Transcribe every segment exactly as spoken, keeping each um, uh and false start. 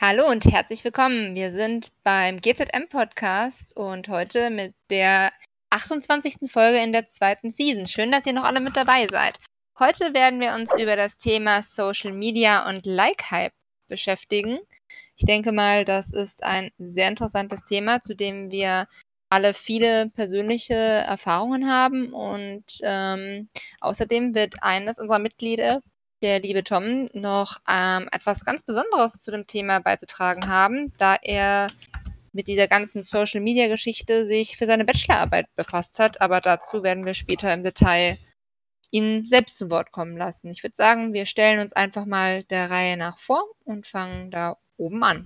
Hallo und herzlich willkommen. Wir sind beim G Z M-Podcast und heute mit der achtundzwanzigsten Folge in der zweiten Season. Schön, dass ihr noch alle mit dabei seid. Heute werden wir uns über das Thema Social Media und Like-Hype beschäftigen. Ich denke mal, das ist ein sehr interessantes Thema, zu dem wir alle viele persönliche Erfahrungen haben und ähm, außerdem wird eines unserer Mitglieder, der liebe Tom, noch ähm, etwas ganz Besonderes zu dem Thema beizutragen haben, da er mit dieser ganzen Social-Media-Geschichte sich für seine Bachelorarbeit befasst hat. Aber dazu werden wir später im Detail ihn selbst zu Wort kommen lassen. Ich würde sagen, wir stellen uns einfach mal der Reihe nach vor und fangen da oben an.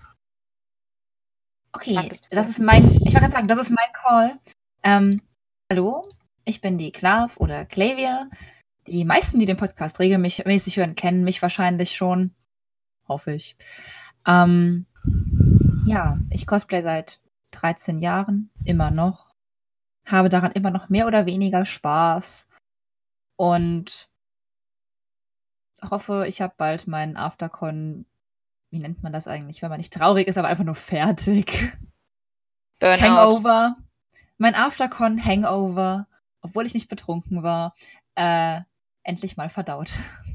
Okay, das ist mein, ich wollte gerade sagen, das ist mein Call. Ähm, hallo, ich bin die Klav oder Clavia. Die meisten, die den Podcast regelmäßig hören, kennen mich wahrscheinlich schon. Hoffe ich. Ähm, ja, ich cosplay seit dreizehn Jahren, immer noch. Habe daran immer noch mehr oder weniger Spaß. Und hoffe, ich habe bald meinen Aftercon, wie nennt man das eigentlich, wenn man nicht traurig ist, aber einfach nur fertig. Burnout. Hangover. Mein Aftercon Hangover, obwohl ich nicht betrunken war, äh, endlich mal verdaut.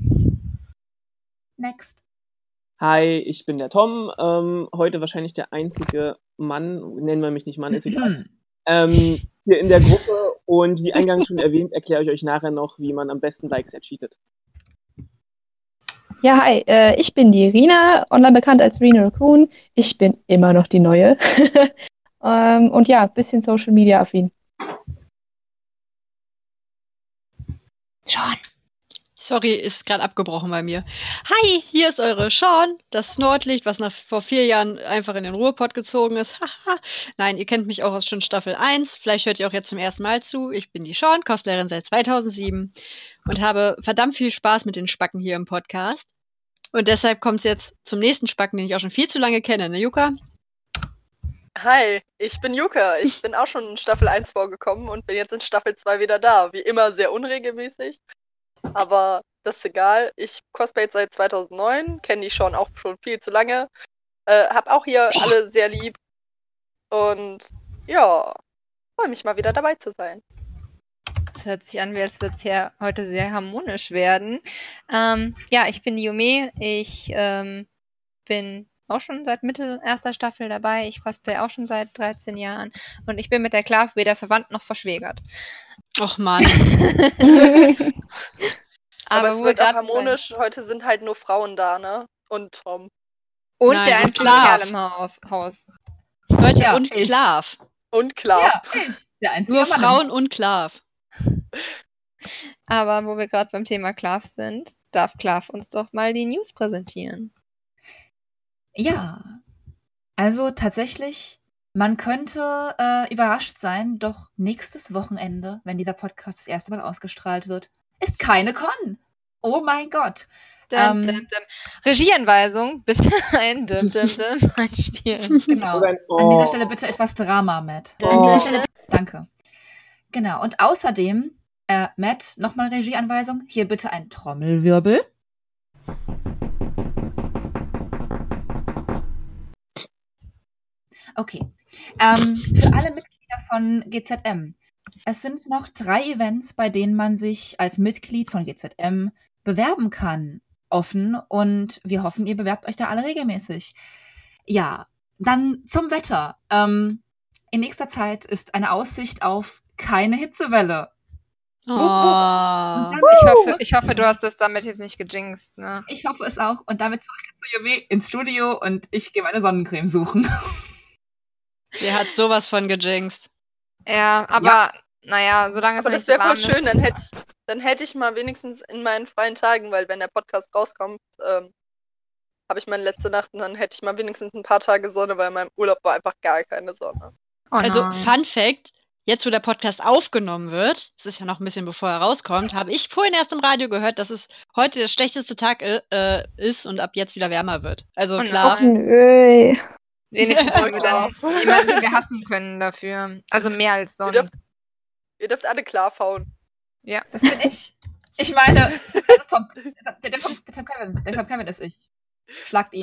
Next. Hi, ich bin der Tom. Ähm, heute wahrscheinlich der einzige Mann, nennen wir mich nicht Mann, ist egal, ähm, hier in der Gruppe. Und wie eingangs schon erwähnt, erkläre ich euch nachher noch, wie man am besten Likes ercheatet. Ja, hi, äh, ich bin die Rina, online bekannt als Rina Raccoon. Ich bin immer noch die Neue. ähm, und ja, bisschen Social Media affin. Sean. Sorry, ist gerade abgebrochen bei mir. Hi, hier ist eure Sean, das Nordlicht, was nach vor vier Jahren einfach in den Ruhrpott gezogen ist. Haha. Nein, ihr kennt mich auch aus schon Staffel eins. Vielleicht hört ihr auch jetzt zum ersten Mal zu. Ich bin die Sean, Cosplayerin seit zweitausendsieben und habe verdammt viel Spaß mit den Spacken hier im Podcast. Und deshalb kommt es jetzt zum nächsten Spacken, den ich auch schon viel zu lange kenne, ne, Juka? Hi, ich bin Juka. Ich bin auch schon in Staffel eins vorgekommen und bin jetzt in Staffel zwei wieder da. Wie immer sehr unregelmäßig. Aber das ist egal. Ich cosplay seit zweitausendneun, kenne die schon auch schon viel zu lange. Äh, hab auch hier alle sehr lieb. Und ja, freue mich mal wieder dabei zu sein. Das hört sich an, wie als würde es hier heute sehr harmonisch werden. Ähm, ja, ich bin die Yume. Ich ähm, bin auch schon seit Mitte erster Staffel dabei. Ich cosplay auch schon seit dreizehn Jahren. Und ich bin mit der Klav weder verwandt noch verschwägert. Och Mann. Aber, Aber es wird auch harmonisch. Sein. Heute sind halt nur Frauen da, ne? Und Tom. Und Nein, der und einzige Klav. Kerl im Haus. Leute, Ja, und ich. Klav. Und Klav. Ja, ich. Der einzige Nur Mann. Frauen und Klav. Aber wo wir gerade beim Thema Klav sind, darf Klav uns doch mal die News präsentieren. Ja, also tatsächlich, man könnte äh, überrascht sein, doch nächstes Wochenende, wenn dieser Podcast das erste Mal ausgestrahlt wird, ist keine Con. Oh mein Gott. Dum, Ähm, dum, dum. Regieanweisung, bitte ein Dum, Dum, Dum einspielen. Genau. Oder ein An Oh. dieser Stelle bitte etwas Drama, Matt. Dum, An Oh. dieser dum, Stelle, danke. Genau. Und außerdem, äh, Matt, nochmal Regieanweisung. Hier bitte ein Trommelwirbel. Okay. Ähm, für alle Mitglieder von G Z M. Es sind noch drei Events, bei denen man sich als Mitglied von G Z M bewerben kann. Offen. Und wir hoffen, ihr bewerbt euch da alle regelmäßig. Ja, dann zum Wetter. Ähm, in nächster Zeit ist eine Aussicht auf keine Hitzewelle. Oh. Wupp, wupp. Und dann- Ich hoffe, ich hoffe, du hast das damit jetzt nicht gejinxt, ne? Ich hoffe es auch. Und damit zurück zu Yume ins Studio und ich gehe meine Sonnencreme suchen. Der hat sowas von gejinxt. Ja, aber naja, solange es Aber nicht das so wäre voll warm schön, ist. dann hätte ich, dann hätte ich mal wenigstens in meinen freien Tagen, weil wenn der Podcast rauskommt, ähm, habe ich meine letzte Nacht und dann hätte ich mal wenigstens ein paar Tage Sonne, weil in meinem Urlaub war einfach gar keine Sonne. Oh Also, nein. Fun Fact, jetzt wo der Podcast aufgenommen wird, es ist ja noch ein bisschen bevor er rauskommt, habe ich vorhin erst im Radio gehört, dass es heute der schlechteste Tag äh, ist und ab jetzt wieder wärmer wird. Also Oh klar, nein. Nö. Wenigstens haben wir dann Oh. jemanden, den wir hassen können dafür. Also mehr als Ihr dürft, sonst. ihr dürft alle klar fauen. Ja. Das bin ich. Ich meine, das ist Tom. Der, der, Tom, der Tom Kevin. Der Tom Kevin ist ich. Schlagt ihn.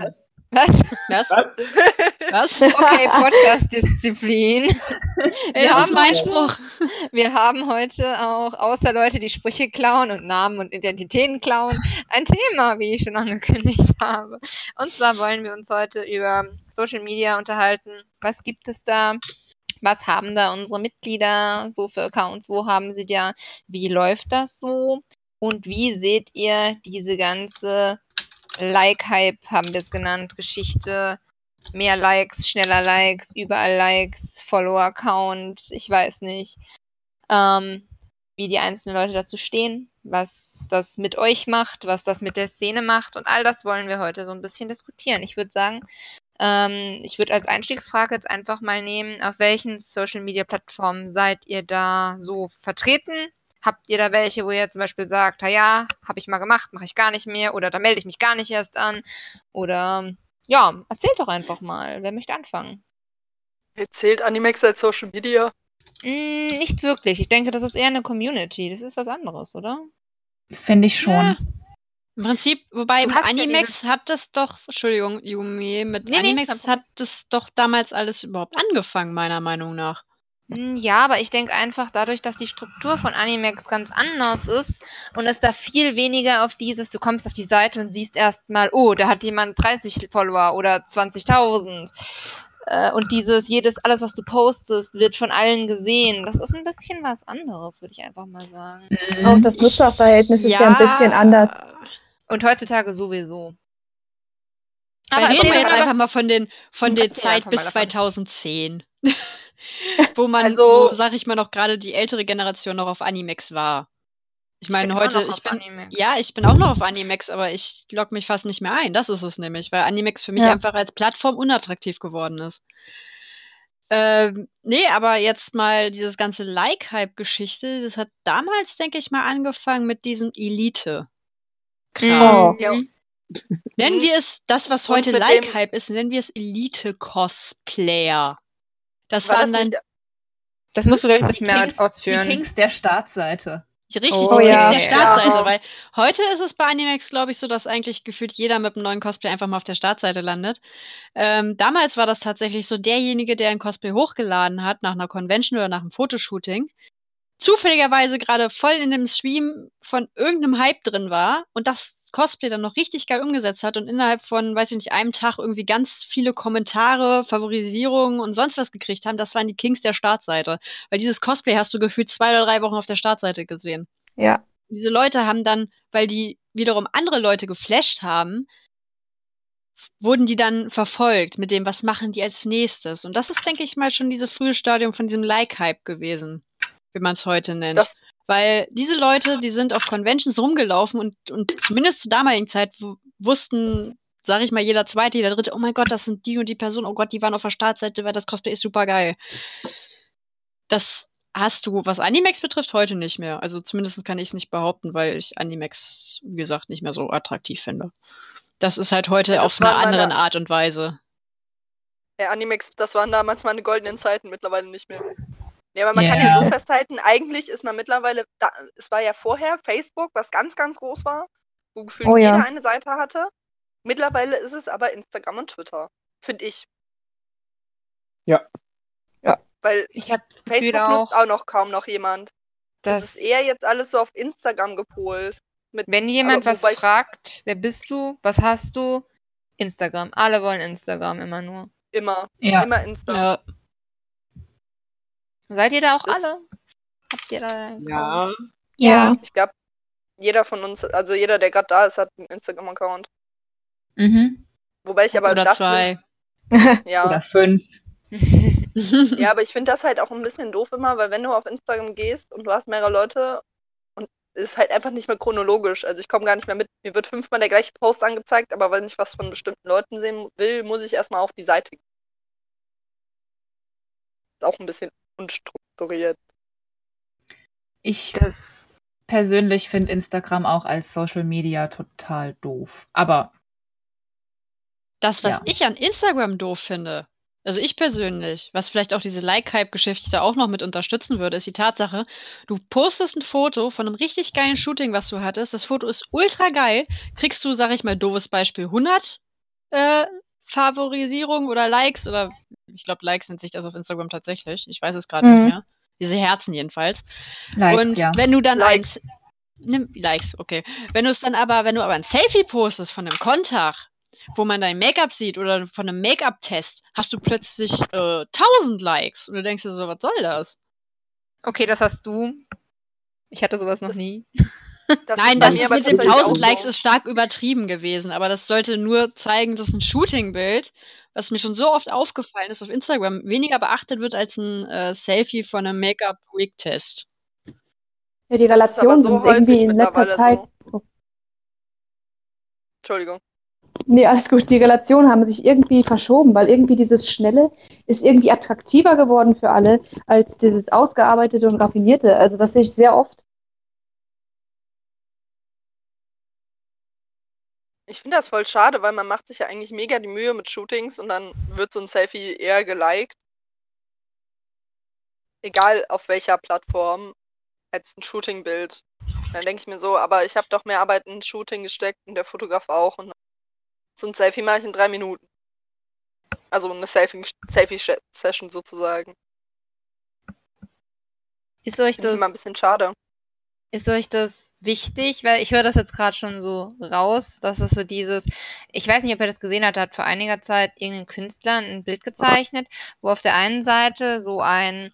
Was? Was? Was? Was? Okay, Podcast-Disziplin. Ey, Wir das ist haben mein heute- Spruch. Wir haben heute auch, außer Leute, die Sprüche klauen und Namen und Identitäten klauen, ein Thema, wie ich schon angekündigt habe. Und zwar wollen wir uns heute über Social Media unterhalten. Was gibt es da? Was haben da unsere Mitglieder so für Accounts? Wo haben sie da? Wie läuft das so? Und wie seht ihr diese ganze Like-Hype, haben wir es genannt, Geschichte? Mehr Likes, schneller Likes, überall Likes, Follower-Count, ich weiß nicht. Ähm, wie die einzelnen Leute dazu stehen, was das mit euch macht, was das mit der Szene macht und all das wollen wir heute so ein bisschen diskutieren. Ich würde sagen, ähm, ich würde als Einstiegsfrage jetzt einfach mal nehmen, auf welchen Social-Media-Plattformen seid ihr da so vertreten? Habt ihr da welche, wo ihr zum Beispiel sagt, na ja, habe ich mal gemacht, mache ich gar nicht mehr oder da melde ich mich gar nicht erst an oder ja, erzählt doch einfach mal, wer möchte anfangen? Zählt Animex als Social Media? Mm, nicht wirklich. Ich denke, das ist eher eine Community. Das ist was anderes, oder? Finde ich schon. Ja. Im Prinzip, wobei Du mit hast ja Animex dieses- hat das doch, Entschuldigung, Yumi, mit Nee, nee, Animex kein Problem. hat das doch damals alles überhaupt angefangen, meiner Meinung nach. Mm, Ja, aber ich denke einfach dadurch, dass die Struktur von Animex ganz anders ist und es da viel weniger auf dieses, du kommst auf die Seite und siehst erstmal, oh, da hat jemand dreißig Follower oder zwanzigtausend. Äh, und dieses, jedes, alles, was du postest, wird von allen gesehen. Das ist ein bisschen was anderes, würde ich einfach mal sagen. Auch das Nutzerverhältnis ist ja ein bisschen anders. Und heutzutage sowieso. Aber Aber reden erzähl wir doch jetzt mal einfach was. mal von den von der Erzähl Zeit einfach mal bis davon. zweitausendzehn. Wo man, Also- wo, sag ich mal, noch gerade die ältere Generation noch auf Animex war. Ich meine, bin auch heute, noch ich auf bin, Animex. ja, ich bin auch noch auf Animex, aber ich logge mich fast nicht mehr ein. Das ist es nämlich, weil Animex für mich Ja. einfach als Plattform unattraktiv geworden ist. Ähm, nee, aber jetzt mal dieses ganze Like-Hype-Geschichte, das hat damals, denke ich mal, angefangen mit diesem Elite. Oh. Ja. Mhm. Nennen Mhm. wir es, das, was Und heute mit dem- Like-Hype ist, nennen wir es Elite-Cosplayer. Das War waren das dann nicht, Das musst du gleich ein Die bisschen mehr Kings, die ausführen. Kings der Startseite. richtig Oh, die ja. der Startseite, Ja. weil heute ist es bei Animex, glaube ich, so, dass eigentlich gefühlt jeder mit einem neuen Cosplay einfach mal auf der Startseite landet. Ähm, damals war das tatsächlich so derjenige, der ein Cosplay hochgeladen hat nach einer Convention oder nach einem Fotoshooting, zufälligerweise gerade voll in dem Stream von irgendeinem Hype drin war und das Cosplay dann noch richtig geil umgesetzt hat und innerhalb von, weiß ich nicht, einem Tag irgendwie ganz viele Kommentare, Favorisierungen und sonst was gekriegt haben, das waren die Kings der Startseite. Weil dieses Cosplay hast du gefühlt zwei oder drei Wochen auf der Startseite gesehen. Ja. Diese Leute haben dann, weil die wiederum andere Leute geflasht haben, wurden die dann verfolgt mit dem, was machen die als nächstes. Und das ist, denke ich mal, schon dieses frühe Stadium von diesem Like-Hype gewesen, wie man es heute nennt. Das- Weil diese Leute, die sind auf Conventions rumgelaufen und, und zumindest zur damaligen Zeit w- wussten, sag ich mal, jeder Zweite, jeder Dritte, oh mein Gott, das sind die und die Personen, oh Gott, die waren auf der Startseite, weil das Cosplay ist super geil. Das hast du, was Animex betrifft, heute nicht mehr. Also zumindest kann ich es nicht behaupten, weil ich Animex, wie gesagt, nicht mehr so attraktiv finde. Das ist halt heute Ja, das auf eine waren meine- andere Art und Weise. ja, Animex, das waren damals meine goldenen Zeiten, mittlerweile nicht mehr. Ja, aber man kann Ja. ja so festhalten, eigentlich ist man mittlerweile, da, es war ja vorher Facebook, was ganz, ganz groß war, wo gefühlt Oh ja. jeder eine Seite hatte. Mittlerweile ist es aber Instagram und Twitter, finde ich. Ja. Ja. Weil Ich habe das Gefühl Facebook auch, nutzt auch noch kaum noch jemand. Das dass ist eher jetzt alles so auf Instagram gepolt. Mit, wenn jemand aber was wobei ich- fragt, wer bist du, was hast du, Instagram. Alle wollen Instagram immer nur. Immer, Ja. immer Insta. Ja. Seid ihr da auch Das- alle? Habt ihr da einen Ja, Ja. Ich glaube, jeder von uns, also jeder, der gerade da ist, hat einen Instagram-Account. Mhm. Wobei ich aber Oder das zwei. ja, Oder fünf. ja, aber ich finde das halt auch ein bisschen doof immer, weil wenn du auf Instagram gehst und du hast mehrere Leute und es ist halt einfach nicht mehr chronologisch. Also ich komme gar nicht mehr mit. Mir wird fünfmal der gleiche Post angezeigt, aber wenn ich was von bestimmten Leuten sehen will, muss ich erstmal auf die Seite gehen. Ist auch ein bisschen unstrukturiert. Ich Das, persönlich finde Instagram auch als Social Media total doof. Aber Das, was Ja. ich an Instagram doof finde, also ich persönlich, was vielleicht auch diese Like-Hype-Geschichte auch noch mit unterstützen würde, ist die Tatsache, du postest ein Foto von einem richtig geilen Shooting, was du hattest. Das Foto ist ultra geil. Kriegst du, sag ich mal, doofes Beispiel, hundert äh, Favorisierung oder Likes oder ich glaube, Likes nennt sich das auf Instagram tatsächlich. Ich weiß es gerade Mhm. nicht mehr. Diese Herzen jedenfalls. Likes, Und ja. wenn du dann Likes. ein nimm Likes, okay. Wenn du es dann aber, wenn du aber ein Selfie postest von einem Kontakt, wo man dein Make-up sieht oder von einem Make-up-Test, hast du plötzlich äh, tausend Likes und du denkst dir so, was soll das? Okay, das hast du. Ich hatte sowas noch Das- nie. Das Nein, ist bei das mir ist aber mit dem tatsächlich tausend auch Likes so. ist stark übertrieben gewesen, aber das sollte nur zeigen, dass ein Shooting-Bild, was mir schon so oft aufgefallen ist auf Instagram, weniger beachtet wird als ein äh, Selfie von einem Make-up-Wig-Test. Ja, die Das ist aber Relationen so sind irgendwie häufig in letzter mittlerweile Zeit. so. Entschuldigung. Nee, alles gut. Die Relationen haben sich irgendwie verschoben, weil irgendwie dieses Schnelle ist irgendwie attraktiver geworden für alle als dieses Ausgearbeitete und Raffinierte. Also das sehe ich sehr oft. Ich finde das voll schade, weil man macht sich ja eigentlich mega die Mühe mit Shootings und dann wird so ein Selfie eher geliked. Egal auf welcher Plattform, als ein Shooting-Bild. Dann denke ich mir so, aber ich habe doch mehr Arbeit in ein Shooting gesteckt und der Fotograf auch. Und so ein Selfie mache ich in drei Minuten. Also eine Selfie- Selfie-Session sozusagen. Ist euch Finde ich immer ein das, bisschen schade. ist euch das wichtig? Weil ich höre das jetzt gerade schon so raus, dass es so dieses, ich weiß nicht, ob ihr das gesehen habt, da hat vor einiger Zeit irgendein Künstler ein Bild gezeichnet, wo auf der einen Seite so ein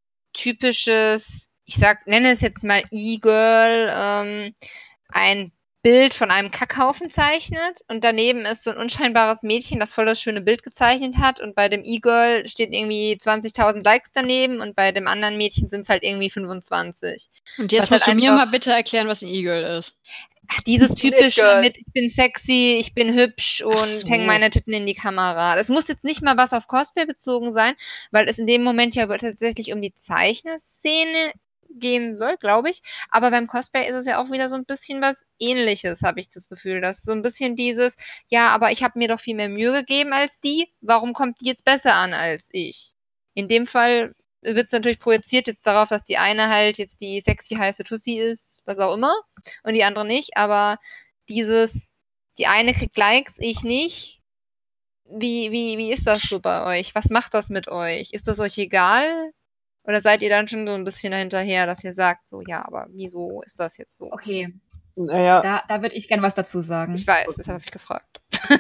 typisches, ich sag, nenne es jetzt mal E-Girl, ähm, ein Bild von einem Kackhaufen zeichnet und daneben ist so ein unscheinbares Mädchen, das voll das schöne Bild gezeichnet hat und bei dem E-Girl steht irgendwie zwanzigtausend Likes daneben und bei dem anderen Mädchen sind es halt irgendwie fünfundzwanzig. Und jetzt Was musst halt du mir einfach- mal bitte erklären, was ein E-Girl ist. Dieses typische Girl. mit, ich bin sexy, ich bin hübsch und so. hänge meine Titten in die Kamera. Das muss jetzt nicht mal was auf Cosplay bezogen sein, weil es in dem Moment ja tatsächlich um die Zeichnerszene gehen soll, glaube ich. Aber beim Cosplay ist es ja auch wieder so ein bisschen was Ähnliches, habe ich das Gefühl. Das ist so ein bisschen dieses, ja, aber ich habe mir doch viel mehr Mühe gegeben als die. Warum kommt die jetzt besser an als ich? In dem Fall wird es natürlich projiziert jetzt darauf, dass die eine halt jetzt die sexy heiße Tussi ist, was auch immer, und die andere nicht. Aber dieses, die eine kriegt Likes, ich nicht. Wie, wie, wie ist das so bei euch? Was macht das mit euch? Ist das euch egal? Oder seid ihr dann schon so ein bisschen dahinterher, dass ihr sagt, so, ja, aber wieso ist das jetzt so? Okay, Naja, da, da würde ich gern was dazu sagen. Ich weiß, deshalb habe ich gefragt.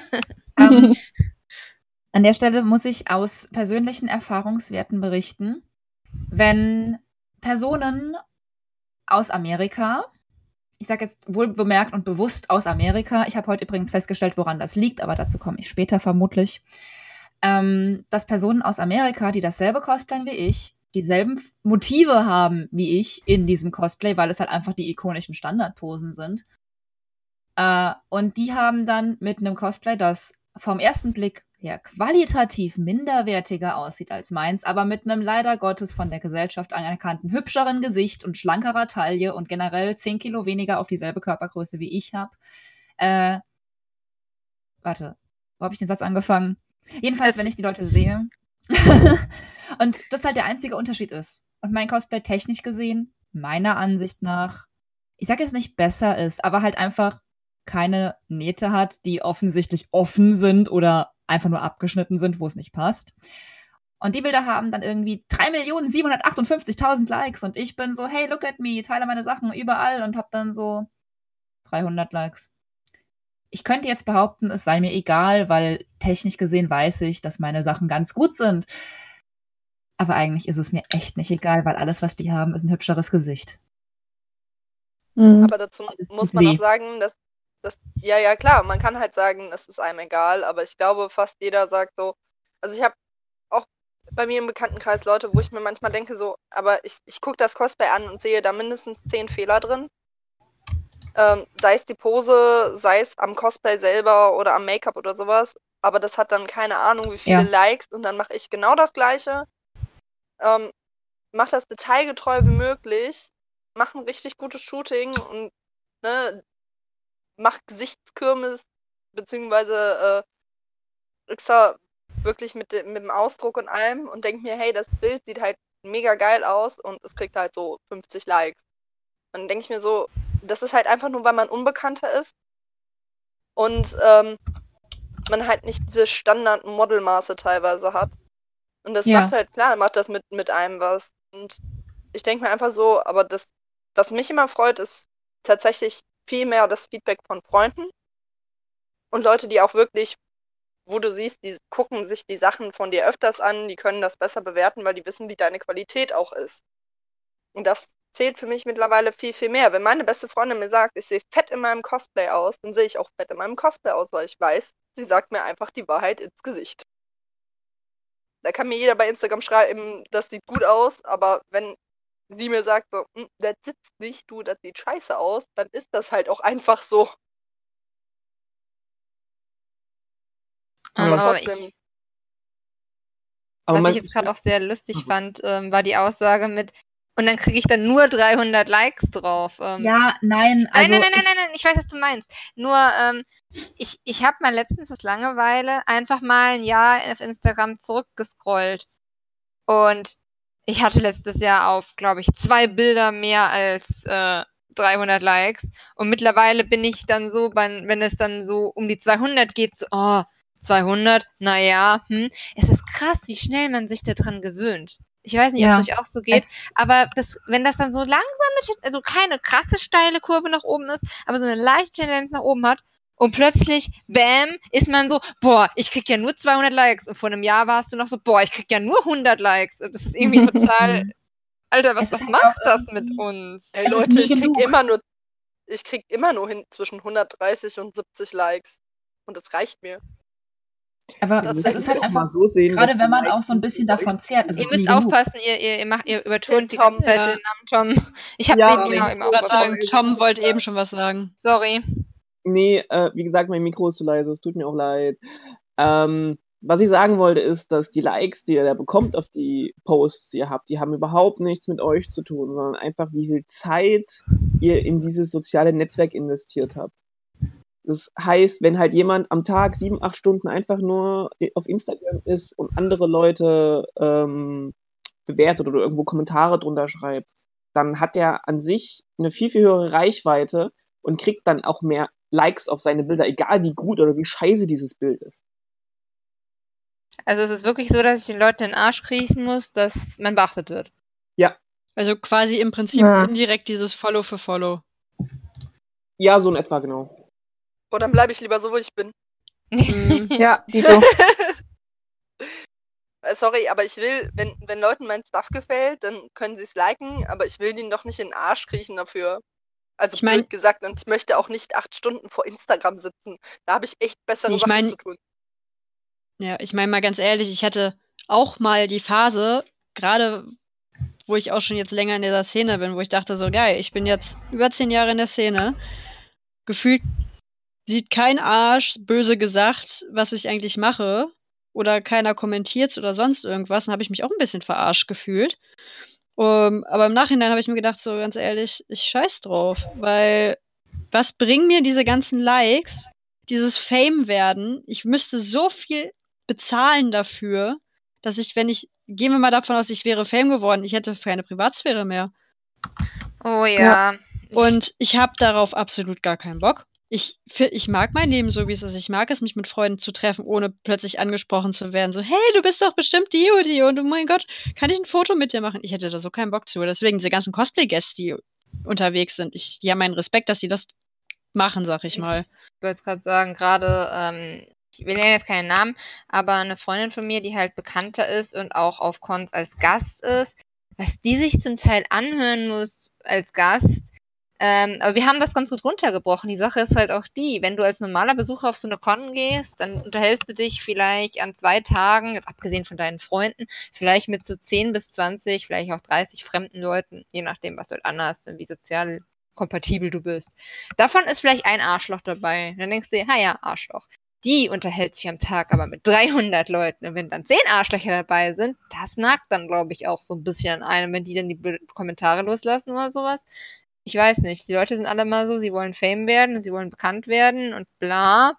Ähm, an der Stelle muss ich aus persönlichen Erfahrungswerten berichten. Wenn Personen aus Amerika, ich sage jetzt wohl bemerkt und bewusst aus Amerika, ich habe heute übrigens festgestellt, woran das liegt, aber dazu komme ich später vermutlich, ähm, dass Personen aus Amerika, die dasselbe cosplayen wie ich, dieselben F- Motive haben wie ich in diesem Cosplay, weil es halt einfach die ikonischen Standardposen sind. Äh, und die haben dann mit einem Cosplay, das vom ersten Blick her qualitativ minderwertiger aussieht als meins, aber mit einem leider Gottes von der Gesellschaft anerkannten hübscheren Gesicht und schlankerer Taille und generell zehn Kilo weniger auf dieselbe Körpergröße wie ich habe. Äh, warte, wo habe ich den Satz angefangen? Jedenfalls, Es- wenn ich die Leute sehe. Und das halt der einzige Unterschied ist. Und mein Cosplay technisch gesehen, meiner Ansicht nach, ich sage jetzt nicht besser ist, aber halt einfach keine Nähte hat, die offensichtlich offen sind oder einfach nur abgeschnitten sind, wo es nicht passt. Und die Bilder haben dann irgendwie drei Millionen siebenhundertachtundfünfzigtausend Likes und ich bin so, hey, look at me, teile meine Sachen überall und hab dann so dreihundert Likes. Ich könnte jetzt behaupten, es sei mir egal, weil technisch gesehen weiß ich, dass meine Sachen ganz gut sind. Aber eigentlich ist es mir echt nicht egal, weil alles, was die haben, ist ein hübscheres Gesicht. Mhm. Aber dazu Alles muss tut man weh. auch sagen, dass, dass, ja, ja, klar, man kann halt sagen, es ist einem egal, aber ich glaube, fast jeder sagt so, also ich habe auch bei mir im Bekanntenkreis Leute, wo ich mir manchmal denke so, aber ich, ich gucke das Cosplay an und sehe da mindestens zehn Fehler drin. Ähm, sei es die Pose, sei es am Cosplay selber oder am Make-up oder sowas, aber das hat dann keine Ahnung, wie viele Ja. Likes und dann mache ich genau das Gleiche. Ähm, mach das detailgetreu wie möglich, mach ein richtig gutes Shooting und ne, mach Gesichtskirmes, beziehungsweise äh, extra wirklich mit dem, mit dem Ausdruck und allem und denk mir, hey, das Bild sieht halt mega geil aus und es kriegt halt so fünfzig Likes. Und dann denke ich mir so, das ist halt einfach nur, weil man Unbekannter ist. Und ähm, man halt nicht diese Standard-Modelmaße teilweise hat. Und das Ja. macht halt, klar, macht das mit, mit einem was. Und ich denke mir einfach so, aber das, was mich immer freut, ist tatsächlich viel mehr das Feedback von Freunden und Leute, die auch wirklich, wo du siehst, die gucken sich die Sachen von dir öfters an, die können das besser bewerten, weil die wissen, wie deine Qualität auch ist. Und das zählt für mich mittlerweile viel, viel mehr. Wenn meine beste Freundin mir sagt, ich sehe fett in meinem Cosplay aus, dann sehe ich auch fett in meinem Cosplay aus, weil ich weiß, sie sagt mir einfach die Wahrheit ins Gesicht. Da kann mir jeder bei Instagram schreiben, das sieht gut aus, aber wenn sie mir sagt, so, "Mm, das sitzt nicht, du, das sieht scheiße aus", dann ist das halt auch einfach so. Ähm, Aber aber trotzdem, ich, Aber was man, ich jetzt gerade auch sehr lustig Mhm. fand, ähm, war die Aussage mit, und dann kriege ich dann nur dreihundert Likes drauf. Ähm, Ja, nein, Nein, also nein, nein, nein, ich, nein, nein, ich weiß, was du meinst. Nur, ähm, ich, ich habe mal letztens aus Langeweile einfach mal ein Jahr auf Instagram zurückgescrollt. Und ich hatte letztes Jahr auf, glaube ich, zwei Bilder mehr als äh, dreihundert Likes. Und mittlerweile bin ich dann so, wenn, wenn es dann so um die zweihundert geht, so, oh, zweihundert, naja, hm. Es ist krass, wie schnell man sich daran gewöhnt. Ich weiß nicht, ob Ja. es euch auch so geht, es, aber das, wenn das dann so langsam mit, also keine krasse steile Kurve nach oben ist, aber so eine leichte Tendenz nach oben hat und plötzlich, bam, ist man so, boah, ich krieg ja nur zweihundert Likes und vor einem Jahr warst du noch so, boah, ich krieg ja nur hundert Likes und das ist irgendwie total, Alter, was, Es ist was halt macht auch das mit irgendwie- uns? ey Es ist Leute, nie ich krieg genug. immer nur, ich krieg immer nur hin zwischen hundertdreißig und siebzig Likes. Und das reicht mir. aber Das es ist ist man halt muss mal einfach, so sehen, gerade dass wenn die man Likes auch so ein nicht bisschen über euch davon zehrt, es Ihr ist müsst nie genug. aufpassen, ihr, ihr, ihr, macht, ihr überturnt die Tom, ganze Zeit ja. den Namen Tom. Ich hab's Ja, eben mein genau Mikro im Ich wollte Auge. sagen, Tom wollte eben schon was sagen. Sorry. Nee, äh, wie gesagt, mein Mikro ist zu leise, es tut mir auch leid. Ähm, was ich sagen wollte, ist, dass die Likes, die ihr da bekommt auf die Posts, die ihr habt, die haben überhaupt nichts mit euch zu tun, sondern einfach, wie viel Zeit ihr in dieses soziale Netzwerk investiert habt. Das heißt, wenn halt jemand am Tag sieben, acht Stunden einfach nur auf Instagram ist und andere Leute ähm, bewertet oder irgendwo Kommentare drunter schreibt, dann hat er an sich eine viel, viel höhere Reichweite und kriegt dann auch mehr Likes auf seine Bilder, egal wie gut oder wie scheiße dieses Bild ist. Also es ist wirklich so, dass ich den Leuten in den Arsch kriechen muss, dass man beachtet wird. Also quasi im Prinzip Ja. indirekt dieses Follow für Follow. Ja, so in etwa, genau. Oh, dann bleibe ich lieber so, wo ich bin. Mhm. Ja, Dito. Äh, Sorry, aber ich will, wenn, wenn Leuten mein Stuff gefällt, dann können sie es liken, aber ich will denen doch nicht in den Arsch kriechen dafür. Also Ich mein- blöd gesagt, und ich möchte auch nicht acht Stunden vor Instagram sitzen. Da habe ich echt bessere Ich Sachen mein- zu tun. Ja, ich meine mal ganz ehrlich, ich hatte auch mal die Phase, gerade wo ich auch schon jetzt länger in dieser Szene bin, wo ich dachte so, geil, ich bin jetzt über zehn Jahre in der Szene. Gefühlt sieht kein Arsch, böse gesagt, was ich eigentlich mache. Oder keiner kommentiert oder sonst irgendwas. Dann habe ich mich auch ein bisschen verarscht gefühlt. Um, aber im Nachhinein habe ich mir gedacht, so ganz ehrlich, ich scheiß drauf. Weil was bringen mir diese ganzen Likes, dieses Fame werden? Ich müsste so viel bezahlen dafür, dass ich, wenn ich, gehen wir mal davon aus, ich wäre Fame geworden, ich hätte keine Privatsphäre mehr. Oh ja. Und ich habe darauf absolut gar keinen Bock. Ich, fi- ich mag mein Leben so, wie es ist. Ich mag es, mich mit Freunden zu treffen, ohne plötzlich angesprochen zu werden. So, hey, du bist doch bestimmt die und die und oh mein Gott, kann ich ein Foto mit dir machen? Ich hätte da so keinen Bock zu. Deswegen diese ganzen Cosplay-Guests, die unterwegs sind, ich, die haben meinen Respekt, dass sie das machen, sag ich mal. Ich wollte gerade sagen, gerade, ähm, ich will nennen jetzt keinen Namen, aber eine Freundin von mir, die halt bekannter ist und auch auf Cons als Gast ist, was die sich zum Teil anhören muss als Gast. Ähm, aber wir haben das ganz gut runtergebrochen. Die Sache ist halt auch die, wenn du als normaler Besucher auf so eine Con gehst, dann unterhältst du dich vielleicht an zwei Tagen, jetzt abgesehen von deinen Freunden, vielleicht mit so zehn bis zwanzig, vielleicht auch dreißig fremden Leuten, je nachdem, was du halt anhast und wie sozial kompatibel du bist. Davon ist vielleicht ein Arschloch dabei. Dann denkst du dir, ha ja, Arschloch. Die unterhält sich am Tag aber mit dreihundert Leuten. Und wenn dann zehn Arschlöcher dabei sind, das nagt dann, glaube ich, auch so ein bisschen an einem, wenn die dann die Be- Kommentare loslassen oder sowas. Ich weiß nicht. Die Leute sind alle mal so, sie wollen Fame werden und sie wollen bekannt werden und bla.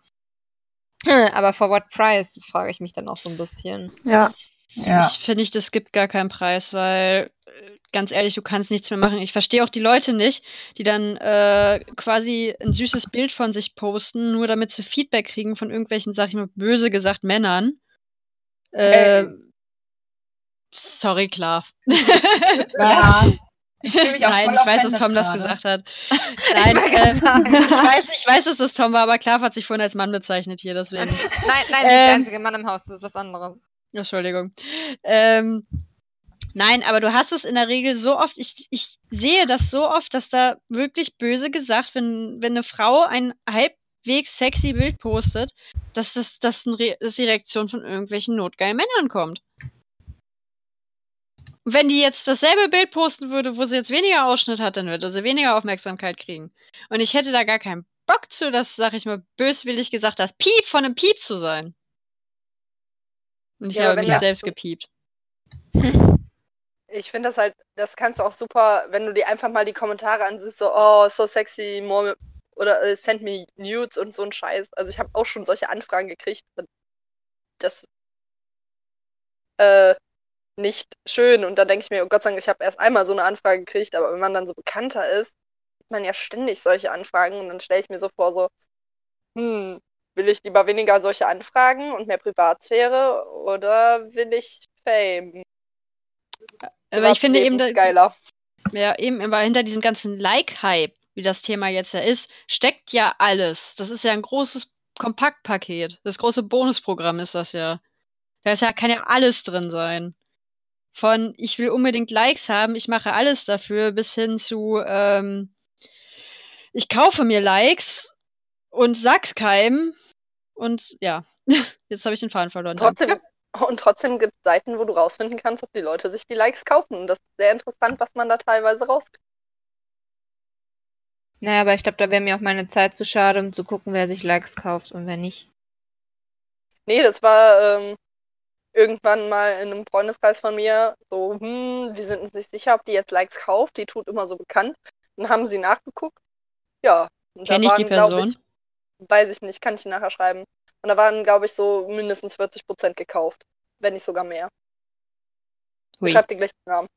Aber for what price, frage ich mich dann auch so ein bisschen. Ja. Ja. Ich finde nicht, es gibt gar keinen Preis, weil äh, ganz ehrlich, du kannst nichts mehr machen. Ich verstehe auch die Leute nicht, die dann äh, quasi ein süßes Bild von sich posten, nur damit sie Feedback kriegen von irgendwelchen, sag ich mal, böse gesagt Männern. Äh, Ey. sorry, klar. Ja. Ich fühle mich auch Nein, voll ich weiß, dass offended Tom das gerade. gesagt hat. Nein, wollte äh, grad sagen. ich, weiß, ich weiß, dass das Tom war, aber Klav hat sich vorhin als Mann bezeichnet hier, deswegen. Nein, nein, sie ist der Ähm. einzige Mann im Haus, das ist was anderes. Entschuldigung. Ähm, nein, aber du hast es in der Regel so oft, ich, ich sehe das so oft, dass da wirklich böse gesagt, wenn, wenn eine Frau ein halbwegs sexy Bild postet, dass das, das, ein Re- dass die Reaktion von irgendwelchen notgeilen Männern kommt. Und wenn die jetzt dasselbe Bild posten würde, wo sie jetzt weniger Ausschnitt hat, dann würde sie weniger Aufmerksamkeit kriegen. Und ich hätte da gar keinen Bock zu, das, sag ich mal, böswillig gesagt, das Piep von einem Piep zu sein. Und ich Ja, aber habe wenn mich das- selbst gepiept. Ich finde das halt, das kannst du auch super, wenn du dir einfach mal die Kommentare ansiehst, so, oh, so sexy, more, oder äh, send me nudes und so ein Scheiß. Also ich habe auch schon solche Anfragen gekriegt. Das äh, nicht schön. Und dann denke ich mir, oh Gott sei Dank, ich habe erst einmal so eine Anfrage gekriegt, aber wenn man dann so bekannter ist, kriegt man ja ständig solche Anfragen und dann stelle ich mir so vor, so, hm, will ich lieber weniger solche Anfragen und mehr Privatsphäre oder will ich Fame? Aber ich finde eben, Privatleben da, ist geiler. ja, eben, aber hinter diesem ganzen Like-Hype, wie das Thema jetzt ja ist, steckt ja alles. Das ist ja ein großes Kompaktpaket. Das große Bonusprogramm ist das ja. Da ist ja, kann ja alles drin sein. Von ich will unbedingt Likes haben, ich mache alles dafür, bis hin zu ähm, ich kaufe mir Likes und sag's keinem. Und ja, jetzt habe ich den Faden verloren. Trotzdem, Ja. und trotzdem gibt es Seiten, wo du rausfinden kannst, ob die Leute sich die Likes kaufen. Und das ist sehr interessant, was man da teilweise rauskriegt. Naja, aber ich glaube, da wäre mir auch meine Zeit zu schade, um zu gucken, wer sich Likes kauft und wer nicht. Nee, das war ähm, irgendwann mal in einem Freundeskreis von mir so, hm, die sind nicht sicher, ob die jetzt Likes kauft. Die tut immer so bekannt. Dann haben sie nachgeguckt. Ja. Und Kenn da ich die waren, glaube Person? ich, weiß ich nicht, kann ich nachher schreiben. Und da waren, glaube ich, so mindestens vierzig Prozent gekauft. Wenn nicht sogar mehr. Hui. Ich schreibe dir gleich den Namen.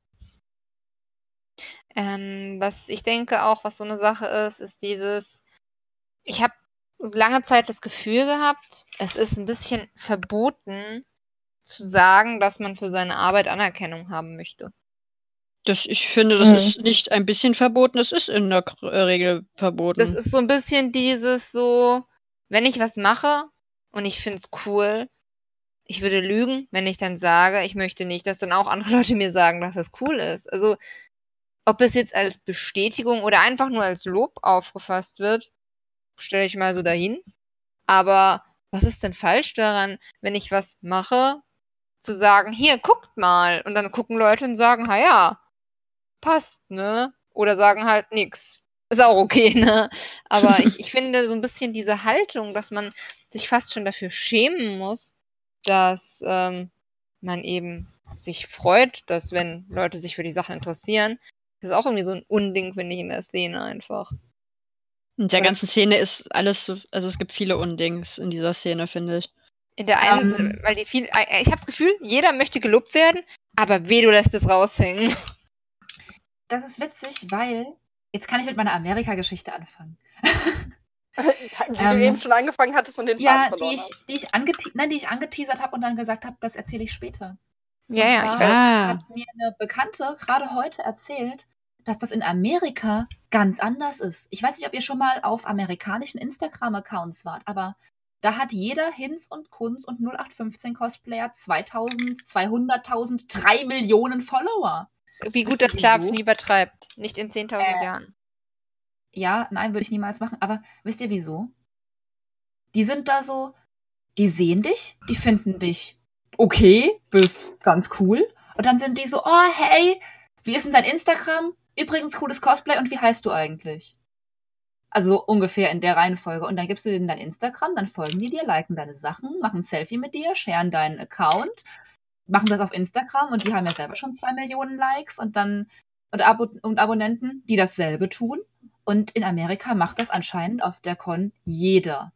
Ähm, was ich denke auch, was so eine Sache ist, ist dieses, ich habe lange Zeit das Gefühl gehabt, es ist ein bisschen verboten zu sagen, dass man für seine Arbeit Anerkennung haben möchte. Das, ich finde, das Mhm. ist nicht ein bisschen verboten, das ist in der K- äh, Regel verboten. Das ist so ein bisschen dieses so, wenn ich was mache und ich finde es cool, ich würde lügen, wenn ich dann sage, ich möchte nicht, dass dann auch andere Leute mir sagen, dass das cool ist. Also, ob es jetzt als Bestätigung oder einfach nur als Lob aufgefasst wird, stelle ich mal so dahin. Aber was ist denn falsch daran, wenn ich was mache, zu sagen, hier, guckt mal. Und dann gucken Leute und sagen, ha ja, passt, ne? Oder sagen halt nix. Ist auch okay, ne? Aber ich, ich finde so ein bisschen diese Haltung, dass man sich fast schon dafür schämen muss, dass ähm, man eben sich freut, dass wenn Leute sich für die Sache interessieren, das ist auch irgendwie so ein Unding, finde ich, in der Szene einfach. In der Oder- ganzen Szene ist alles so, also es gibt viele Undings in dieser Szene, finde ich. In der einen, Ähm. weil die viel, äh, ich habe das Gefühl, jeder möchte gelobt werden, aber weh, du lässt es raushängen. Das ist witzig, weil jetzt kann ich mit meiner Amerika-Geschichte anfangen. Die Ähm, du eben schon angefangen hattest und den Faden Ja, verloren die ich, hast. die ich, angete nein, die ich angeteasert habe und dann gesagt habe, das erzähle ich später. Ja, und ja, zwar ich weiß. Ah. hat mir eine Bekannte gerade heute erzählt, dass das in Amerika ganz anders ist. Ich weiß nicht, ob ihr schon mal auf amerikanischen Instagram-Accounts wart, aber da hat jeder Hinz und Kunz und null acht fünfzehn Cosplayer zweitausend, zweihunderttausend, drei Millionen Follower. Wie gut Wisst ihr, das Klav wieso? nie übertreibt. Nicht in zehntausend Äh. Jahren. Ja, nein, würde ich niemals machen. Aber wisst ihr wieso? Die sind da so, die sehen dich, die finden dich okay, bis ganz cool. Und dann sind die so, oh, hey, wie ist denn dein Instagram? Übrigens cooles Cosplay und wie heißt du eigentlich? Also ungefähr in der Reihenfolge. Und dann gibst du denen dein Instagram, dann folgen die dir, liken deine Sachen, machen ein Selfie mit dir, sharen deinen Account, machen das auf Instagram und die haben ja selber schon zwei Millionen Likes und dann und, Abo und Abonnenten, die dasselbe tun. Und in Amerika macht das anscheinend auf der Con jeder.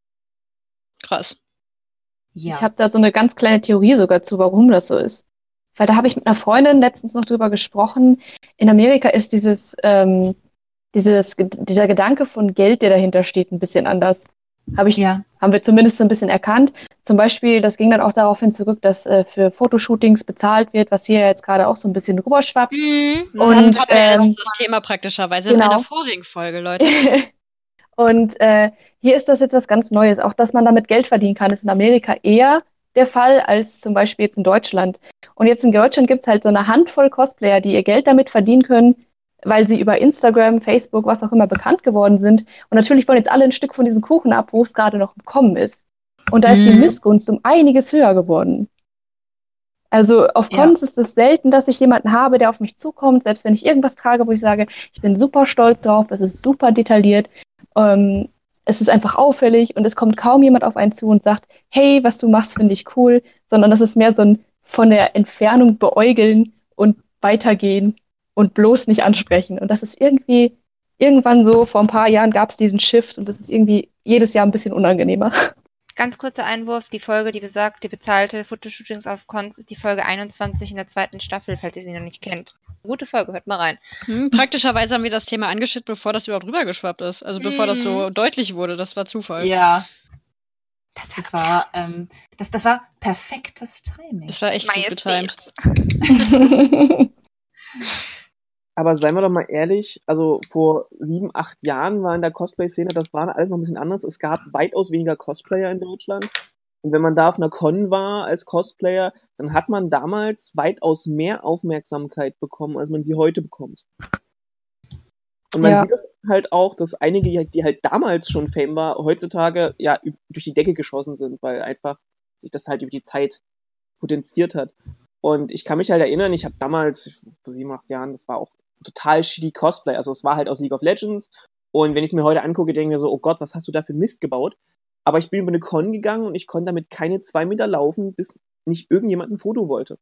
Krass. Ja. Ich habe da so eine ganz kleine Theorie sogar zu, warum das so ist. Weil da habe ich mit einer Freundin letztens noch drüber gesprochen. In Amerika ist dieses, ähm, dieses, dieser Gedanke von Geld, der dahinter steht, ein bisschen anders. Hab ich, Ja. Haben wir zumindest so ein bisschen erkannt. Zum Beispiel, das ging dann auch darauf hin zurück, dass äh, für Fotoshootings bezahlt wird, was hier jetzt gerade auch so ein bisschen rüberschwappt. Mhm. Und, Dann hatten wir ähm, das Thema praktischerweise genau. in einer vorigen Folge, Leute. Und äh, hier ist das jetzt was ganz Neues. Auch, dass man damit Geld verdienen kann, ist in Amerika eher der Fall als zum Beispiel jetzt in Deutschland. Und jetzt in Deutschland gibt es halt so eine Handvoll Cosplayer, die ihr Geld damit verdienen können, weil sie über Instagram, Facebook, was auch immer bekannt geworden sind. Und natürlich wollen jetzt alle ein Stück von diesem Kuchen ab, wo es gerade noch im Kommen ist. Und da ist die Mhm. Missgunst um einiges höher geworden. Also auf Ja. Cons ist es selten, dass ich jemanden habe, der auf mich zukommt, selbst wenn ich irgendwas trage, wo ich sage, ich bin super stolz drauf, es ist super detailliert, ähm, es ist einfach auffällig und es kommt kaum jemand auf einen zu und sagt, hey, was du machst, finde ich cool, sondern das ist mehr so ein von der Entfernung beäugeln und weitergehen und bloß nicht ansprechen. Und das ist irgendwie, irgendwann so, vor ein paar Jahren gab es diesen Shift und das ist irgendwie jedes Jahr ein bisschen unangenehmer. Ganz kurzer Einwurf, die Folge, die besagt, die bezahlte Fotoshootings auf Cons, ist die Folge einundzwanzig in der zweiten Staffel, falls ihr sie noch nicht kennt. Gute Folge, hört mal rein. Hm, praktischerweise haben wir das Thema angeschnitten, bevor das überhaupt rübergeschwappt ist. Also bevor das so Mhm. deutlich wurde, das war Zufall. Ja, Das das war, ähm, das, das war perfektes Timing. Das war echt gut getimt. Majestät. Aber seien wir doch mal ehrlich, also vor sieben, acht Jahren war in der Cosplay-Szene, das war alles noch ein bisschen anders. Es gab weitaus weniger Cosplayer in Deutschland. Und wenn man da auf einer Con war als Cosplayer, dann hat man damals weitaus mehr Aufmerksamkeit bekommen, als man sie heute bekommt. Und man Ja. sieht das halt auch, dass einige, die halt damals schon Fame war, heutzutage ja üb- durch die Decke geschossen sind, weil einfach sich das halt über die Zeit potenziert hat. Und ich kann mich halt erinnern, ich habe damals, vor sieben, acht Jahren, das war auch total shitty Cosplay. Also es war halt aus League of Legends. Und wenn ich es mir heute angucke, denke ich mir so, oh Gott, was hast du da für Mist gebaut? Aber ich bin über eine Con gegangen und ich konnte damit keine zwei Meter laufen, bis nicht irgendjemand ein Foto wollte.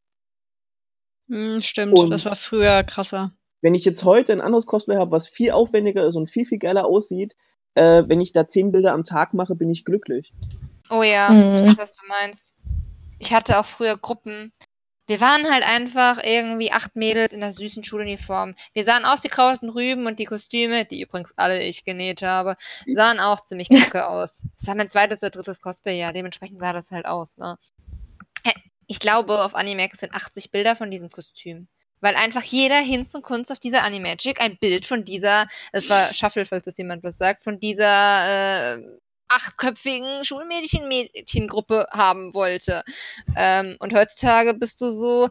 Hm, stimmt, Und- das war früher krasser. Wenn ich jetzt heute ein anderes Cosplay habe, was viel aufwendiger ist und viel, viel geiler aussieht, äh, wenn ich da zehn Bilder am Tag mache, bin ich glücklich. Oh ja, Mhm. ich weiß, was du meinst. Ich hatte auch früher Gruppen. Wir waren halt einfach irgendwie acht Mädels in der süßen Schuluniform. Wir sahen aus wie Krauten Rüben und die Kostüme, die übrigens alle ich genäht habe, sahen auch ziemlich kacke aus. Das war mein zweites oder drittes Cosplay-Jahr, dementsprechend sah das halt aus, ne? Äh, Ich glaube, auf Animax sind achtzig Bilder von diesem Kostüm. Weil einfach jeder Hinz und Kunst auf dieser Animagic ein Bild von dieser, es war Shuffle, falls das jemand was sagt, von dieser äh, achtköpfigen Schulmädchen-Mädchengruppe haben wollte. Ähm, und heutzutage bist du so,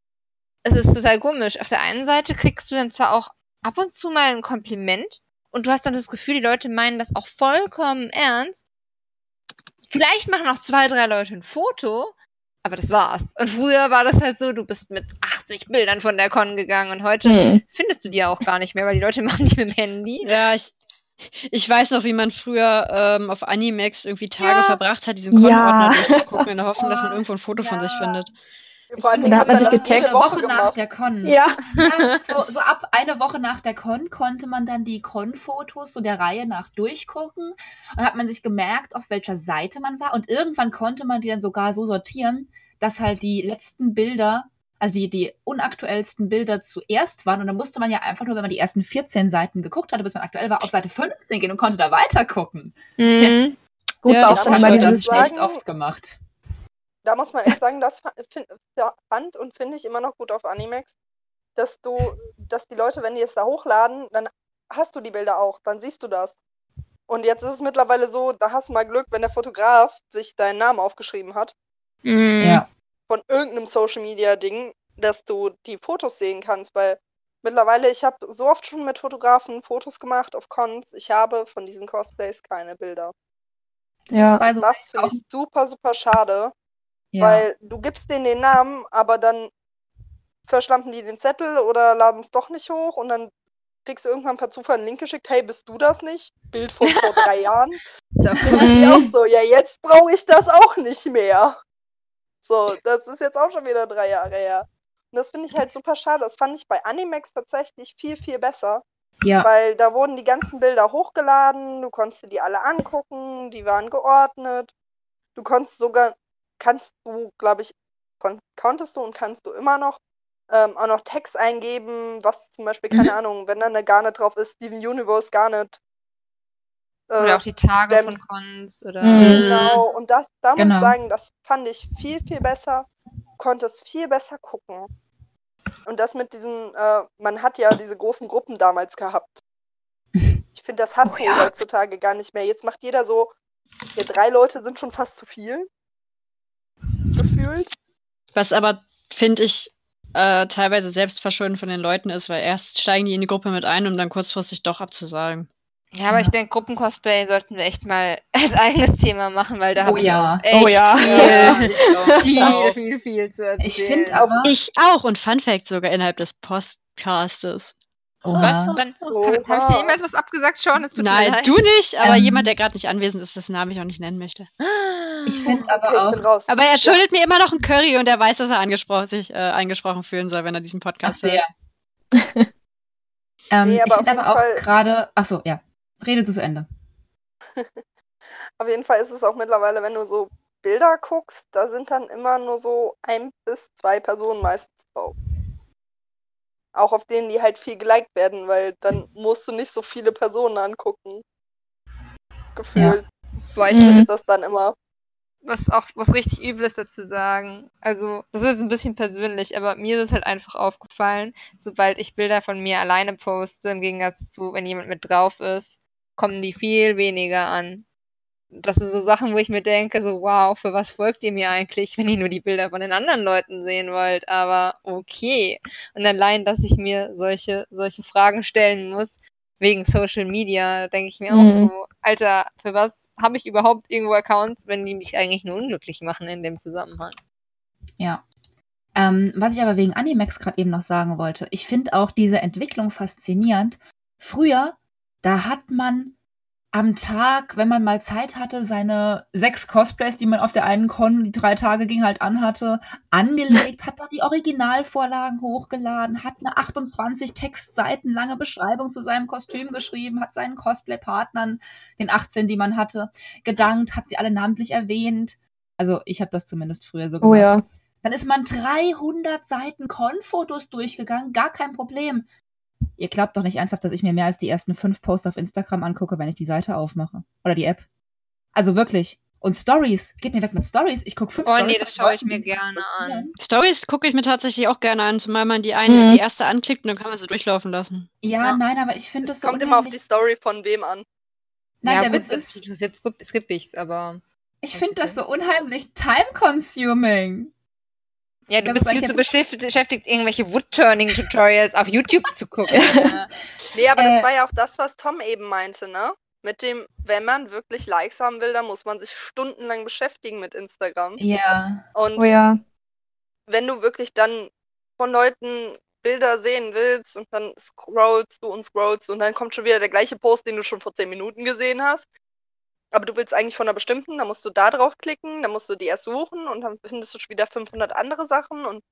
es ist total komisch. Auf der einen Seite kriegst du dann zwar auch ab und zu mal ein Kompliment und du hast dann das Gefühl, die Leute meinen das auch vollkommen ernst. Vielleicht machen auch zwei, drei Leute ein Foto, aber das war's. Und früher war das halt so, du bist mit achtzig Bildern von der Con gegangen und heute Hm. findest du die auch gar nicht mehr, weil die Leute machen die mit dem Handy. Ja, ich, ich weiß noch, wie man früher ähm, auf Animax irgendwie Tage Ja. verbracht hat, diesen Con-Ordner Ja. durchzugucken, in der Hoffnung, dass man Oh, irgendwo ein Foto von ja. sich findet. Vor allen bin Dingen da hat man hat sich das getaggt. jede eine Woche Woche nach gemacht. der Con. Ja. Ja, so, so ab eine Woche nach der Con konnte man dann die Con-Fotos so der Reihe nach durchgucken und hat man sich gemerkt, auf welcher Seite man war. Und irgendwann konnte man die dann sogar so sortieren, dass halt die letzten Bilder, also die, die unaktuellsten Bilder zuerst waren. Und dann musste man ja einfach nur, wenn man die ersten vierzehn Seiten geguckt hatte, bis man aktuell war, auf Seite fünfzehn gehen und konnte da weiter gucken. Mhm. Gut, Ja, war das auch Da dann muss immer man das dieses, sagen- ist echt oft gemacht. Da muss man echt sagen, das fa- fin- ja, fand und finde ich immer noch gut auf Animax, dass du, dass die Leute, wenn die es da hochladen, dann hast du die Bilder auch, dann siehst du das. Und jetzt ist es mittlerweile so, da hast du mal Glück, wenn der Fotograf sich deinen Namen aufgeschrieben hat, Mhm. Ja. von irgendeinem Social Media Ding, dass du die Fotos sehen kannst, weil mittlerweile, ich habe so oft schon mit Fotografen Fotos gemacht auf Cons, ich habe von diesen Cosplays keine Bilder. Das Ja. ist by the way Das finde auch, ich super, super schade, ja. weil du gibst denen den Namen, aber dann verschlampen die den Zettel oder laden es doch nicht hoch und dann kriegst du irgendwann per Zufall einen Link geschickt, hey, bist du das nicht? Bild von vor drei Jahren. So. Da dachte ich mir auch so, ja, jetzt brauche ich das auch nicht mehr. So, das ist jetzt auch schon wieder drei Jahre her. Und das finde ich halt super schade. Das fand ich bei Animax tatsächlich viel, viel besser. Ja. Weil da wurden die ganzen Bilder hochgeladen, du konntest dir die alle angucken, die waren geordnet. Du konntest sogar, kannst du, glaube ich, kon konntest du und kannst du immer noch ähm, auch noch Text eingeben, was zum Beispiel, keine Mhm. Ahnung, wenn da eine Garnet drauf ist, Steven Universe Garnet. Oder Äh, auch die Tage von Gems. Cons oder. Mhm. Genau, und das, da muss ich Genau. sagen, das fand ich viel, viel besser. Konnte es viel besser gucken. Und das mit diesen, äh, man hat ja diese großen Gruppen damals gehabt. Ich finde, das hast Oh du ja. heutzutage gar nicht mehr. Jetzt macht jeder so, ja, drei Leute sind schon fast zu viel. Gefühlt. Was aber, finde ich, äh, teilweise Selbstverschulden von den Leuten ist, weil erst steigen die in die Gruppe mit ein, um dann kurzfristig doch abzusagen. Ja, aber Ja. ich denke, Gruppencosplay sollten wir echt mal als eigenes Thema machen, weil da Oh habe ich ja. auch echt Oh ja. Ja, viel, ich auch. viel, viel, viel zu erzählen. Ich finde Auf- aber. Ich auch und Fun Fact sogar innerhalb des Podcastes. Was? Oha. Wann, Oha. habe ich dir jemals was abgesagt, Sean? Es tut mir Nein, leid. du nicht, aber Ähm. jemand, der gerade nicht anwesend ist, dessen Namen ich auch nicht nennen möchte. Ich finde Okay, aber ich auch. bin raus. Aber er schuldet mir immer noch einen Curry und er weiß, dass er angesprochen, sich äh, angesprochen fühlen soll, wenn er diesen Ach, Podcast der. hört. ähm, Nee, ich aber auf finde jeden aber auch Fall- gerade. Achso, ja. Rede zu Ende. Auf jeden Fall ist es auch mittlerweile, wenn du so Bilder guckst, da sind dann immer nur so ein bis zwei Personen meistens drauf. Auch auf denen, die halt viel geliked werden, weil dann musst du nicht so viele Personen angucken. Gefühlt Boah, ich Mhm. muss ist jetzt das dann immer. was auch was richtig Übles dazu sagen. Also, das ist jetzt ein bisschen persönlich, aber mir ist es halt einfach aufgefallen, sobald ich Bilder von mir alleine poste, im Gegensatz zu, wenn jemand mit drauf ist, kommen die viel weniger an. Das sind so Sachen, wo ich mir denke, so wow, für was folgt ihr mir eigentlich, wenn ihr nur die Bilder von den anderen Leuten sehen wollt? Aber okay. Und allein, dass ich mir solche, solche Fragen stellen muss, wegen Social Media, da denke ich mir auch Mhm. so, Alter, für was habe ich überhaupt irgendwo Accounts, wenn die mich eigentlich nur unglücklich machen in dem Zusammenhang? Ja. Ähm, was ich aber wegen Animex gerade eben noch sagen wollte, ich finde auch diese Entwicklung faszinierend. Früher, da hat man am Tag, wenn man mal Zeit hatte, seine sechs Cosplays, die man auf der einen Con, die drei Tage ging, halt anhatte, angelegt, hat noch die Originalvorlagen hochgeladen, hat eine achtundzwanzig Textseiten lange Beschreibung zu seinem Kostüm geschrieben, hat seinen Cosplay-Partnern, den achtzehn, die man hatte, gedankt, hat sie alle namentlich erwähnt. Also ich habe das zumindest früher so gemacht. Oh ja. Dann ist man dreihundert Seiten Con-Fotos durchgegangen, gar kein Problem. Ihr glaubt doch nicht ernsthaft, dass ich mir mehr als die ersten fünf Posts auf Instagram angucke, wenn ich die Seite aufmache. Oder die App. Also wirklich. Und Stories. Geht mir weg mit Stories. Ich gucke fünf Oh Stories. nee, das von schaue ich Leuten, mir die gerne posten. an. Stories gucke ich mir tatsächlich auch gerne an, zumal man die eine, Mhm. die erste anklickt und dann kann man sie durchlaufen lassen. Ja, Ja. nein, aber ich finde das Es so kommt immer auf die unheimlich. Story von wem an. Nein, ja, der gut, Witz wenn ist, mich interessiert, skipp, skipp ich's, aber. ich finde das so unheimlich time-consuming. Ja, du Das bist ist viel eigentlich zu beschäftigt, beschäftigt irgendwelche Woodturning-Tutorials auf YouTube zu gucken. Ja. Nee, aber das Äh. war ja auch das, was Tom eben meinte, ne? Mit dem, wenn man wirklich Likes haben will, dann muss man sich stundenlang beschäftigen mit Instagram. Ja. Und Oh ja. wenn du wirklich dann von Leuten Bilder sehen willst und dann scrollst du und scrollst und dann kommt schon wieder der gleiche Post, den du schon vor zehn Minuten gesehen hast. Aber du willst eigentlich von einer bestimmten, dann musst du da drauf klicken, dann musst du die erst suchen und dann findest du schon wieder fünfhundert andere Sachen und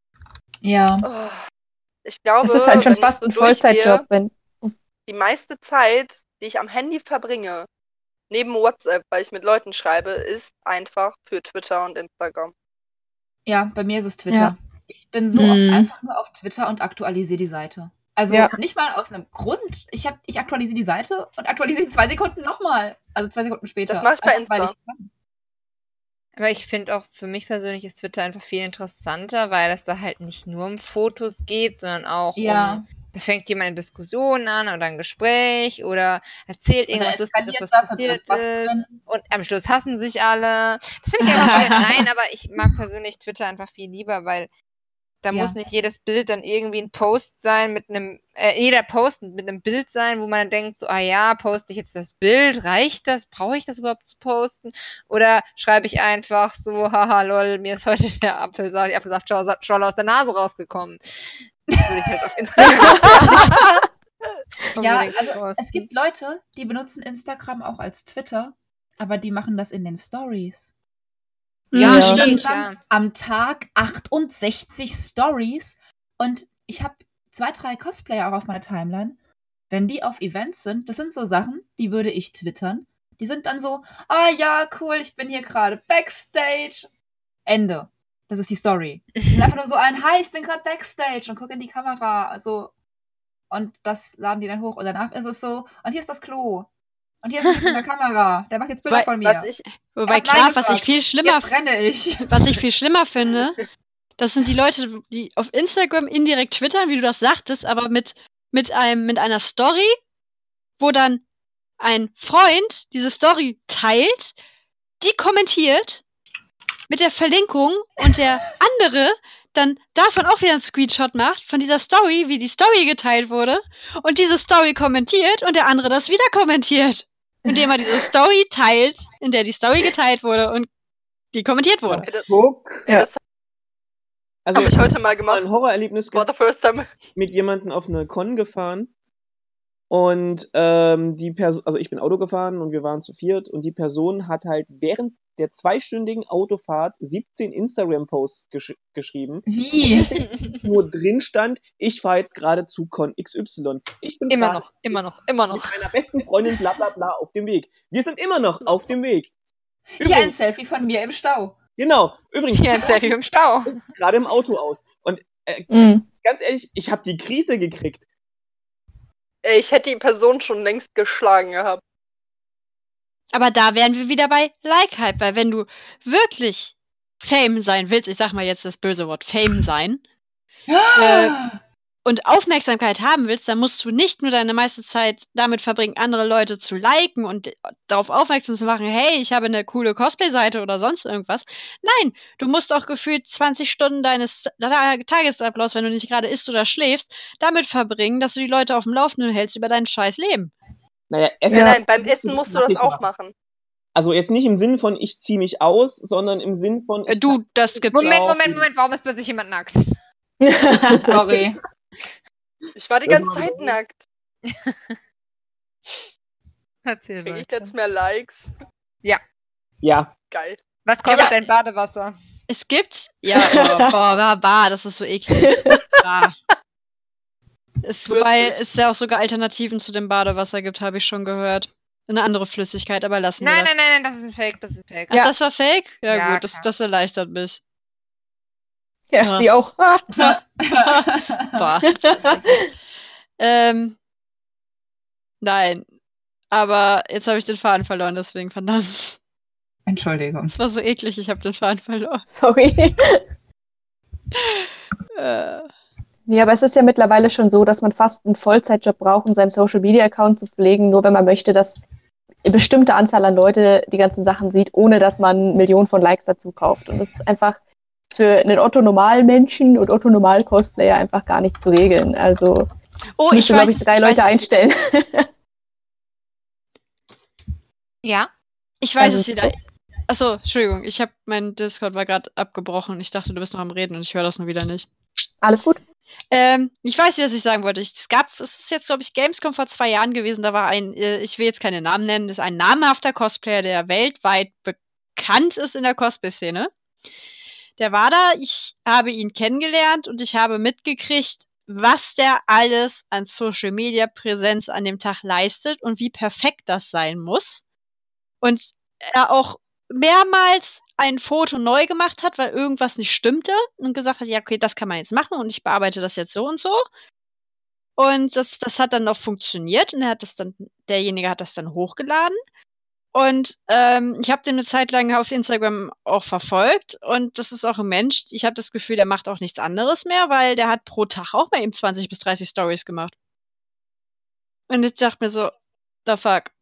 Ja. oh, ich glaube, Es ist halt schon wenn fast ich ein so durchgehe, Vollzeitjob, wenn. die meiste Zeit, die ich am Handy verbringe, neben WhatsApp, weil ich mit Leuten schreibe, ist einfach für Twitter und Instagram. Ja, bei mir ist es Twitter. Ja. Ich bin so Mhm. oft einfach nur auf Twitter und aktualisiere die Seite. Also Ja. nicht mal aus einem Grund. Ich, hab, ich aktualisiere die Seite und aktualisiere sie zwei Sekunden nochmal. Also zwei Sekunden später. Das mache ich bei Einfach, weil Insta. ich kann. Aber ich finde auch, für mich persönlich ist Twitter einfach viel interessanter, weil es da halt nicht nur um Fotos geht, sondern auch Ja. um, da fängt jemand eine Diskussion an oder ein Gespräch oder erzählt Und da irgendwas Lustiges, eskaliert was was und passiert irgendwas ist. drin. Und am Schluss hassen sich alle. Das finde ich einfach voll, nein, aber ich mag persönlich Twitter einfach viel lieber, weil da Ja. muss nicht jedes Bild dann irgendwie ein Post sein mit einem, äh, jeder Post mit einem Bild sein, wo man dann denkt, so, ah ja, poste ich jetzt das Bild, reicht das, brauche ich das überhaupt zu posten? Oder schreibe ich einfach so, haha, lol, mir ist heute der Apfelsaft, die Apfelsaftschorle aus der Nase rausgekommen. Das würde ich halt auf Instagram Ja, unbedingt also posten. es gibt Leute, die benutzen Instagram auch als Twitter, aber die machen das in den Stories. Ja, Ja. nee, Dann klar. am Tag achtundsechzig Stories und ich habe zwei, drei Cosplayer auch auf meiner Timeline. Wenn die auf Events sind, das sind so Sachen, die würde ich twittern. Die sind dann so, ah ja, cool, ich bin hier gerade Backstage. Ende. Das ist die Story. Das ist einfach nur so ein, hi, ich bin gerade Backstage und gucke in die Kamera. Also, und das laden die dann hoch. Und danach ist es so, und hier ist das Klo. Und hier ist ein in der Kamera. Der macht jetzt Bilder Weil- von mir. Was ich, Wobei Ja, klar, nein was ich gesagt. viel schlimmer, Jetzt renne ich. was ich viel schlimmer finde, das sind die Leute, die auf Instagram indirekt twittern, wie du das sagtest, aber mit, mit, einem, mit einer Story, wo dann ein Freund diese Story teilt, die kommentiert mit der Verlinkung und der andere dann davon auch wieder einen Screenshot macht von dieser Story, wie die Story geteilt wurde und diese Story kommentiert und der andere das wieder kommentiert, indem er diese Story teilt, in der die Story geteilt wurde und die kommentiert wurde. Okay, das, Guck, ja, Ja. das also habe ich heute mal mal gemacht. ein Horrorerlebnis For the first time. mit jemandem auf eine Con gefahren und ähm, die Person, also ich bin Auto gefahren und wir waren zu viert und die Person hat halt während der zweistündigen Autofahrt siebzehn Instagram-Posts gesch geschrieben, Wie? wo drin stand, ich fahre jetzt gerade zu Con X Y. Ich bin Immer gerade noch, immer noch, immer mit noch. meiner besten Freundin bla bla bla auf dem Weg. Wir sind immer noch auf dem Weg. Hier ein Übrigens, Selfie von mir im Stau. genau, übrigens, Hier ein Selfie im Stau. gerade im Auto aus. Und äh, Mhm. ganz ehrlich, ich habe die Krise gekriegt. Ey, ich hätte die Person schon längst geschlagen gehabt. Aber da wären wir wieder bei Like-Hype, weil wenn du wirklich Fame sein willst, ich sag mal jetzt das böse Wort Fame sein, Äh, und Aufmerksamkeit haben willst, dann musst du nicht nur deine meiste Zeit damit verbringen, andere Leute zu liken und darauf aufmerksam zu machen, hey, ich habe eine coole Cosplay-Seite oder sonst irgendwas. Nein, du musst auch gefühlt zwanzig Stunden deines Ta- Tagesablaufs, wenn du nicht gerade isst oder schläfst, damit verbringen, dass du die Leute auf dem Laufenden hältst über dein scheiß Leben. Naja, Essen Ja. Nein, beim Essen musst du das auch machen. Also jetzt nicht im Sinn von, ich ziehe mich aus, sondern im Sinn von, Äh, ich du, das gibt's Moment, auch. Moment, Moment, warum ist plötzlich jemand nackt? Sorry. Ich war die Das ganze war Zeit so. nackt. Erzähl Krieg ich weiter. jetzt mehr Likes? ja, Geil. Was kostet Ja. dein Badewasser? Es gibt, ja, oh, boah, bah, bah, das ist so eklig. Bah. Es, wobei Lustig. es ja auch sogar Alternativen zu dem Badewasser gibt, habe ich schon gehört. Eine andere Flüssigkeit, aber lassen wir Nein, das. nein, nein, nein, das ist ein Fake, das ist ein Fake. Ach, Ja. das war Fake? Ja, Ja, gut, das, klar. das erleichtert mich. Ja, Ja. sie auch. Ah. Boah. ähm, nein. Aber jetzt habe ich den Faden verloren, deswegen verdammt. Entschuldigung. Das war so eklig, ich habe den Faden verloren. Sorry. Äh, Ja, aber es ist ja mittlerweile schon so, dass man fast einen Vollzeitjob braucht, um seinen Social-Media-Account zu pflegen, nur wenn man möchte, dass eine bestimmte Anzahl an Leute die ganzen Sachen sieht, ohne dass man Millionen von Likes dazu kauft. Und das ist einfach für einen Otto-Normal-Menschen und Otto-Normal-Cosplayer einfach gar nicht zu regeln. Also oh, ich müsste, glaube ich, es, drei ich Leute weiß, einstellen. Ja? Ich weiß Also, es wieder. Achso, Entschuldigung, ich habe mein Discord war gerade abgebrochen. Ich dachte, du bist noch am Reden und ich höre das nur wieder nicht. Alles gut? Ähm, ich weiß nicht, was ich sagen wollte. Ich, es gab, es ist jetzt, glaube ich, Gamescom vor zwei Jahren gewesen. Da war ein, äh, ich will jetzt keine Namen nennen, das ist ein namhafter Cosplayer, der weltweit bekannt ist in der Cosplay-Szene. Der war da, ich habe ihn kennengelernt und ich habe mitgekriegt, was der alles an Social-Media-Präsenz an dem Tag leistet und wie perfekt das sein muss. Und er auch mehrmals ein Foto neu gemacht hat, weil irgendwas nicht stimmte und gesagt hat, ja, okay, das kann man jetzt machen und ich bearbeite das jetzt so und so. Und das, das hat dann auch funktioniert und er hat das dann, derjenige hat das dann hochgeladen. Und ähm, ich habe den eine Zeit lang auf Instagram auch verfolgt und das ist auch ein Mensch, ich habe das Gefühl, der macht auch nichts anderes mehr, weil der hat pro Tag auch bei ihm zwanzig bis dreißig Stories gemacht. Und ich dachte mir so, the fuck.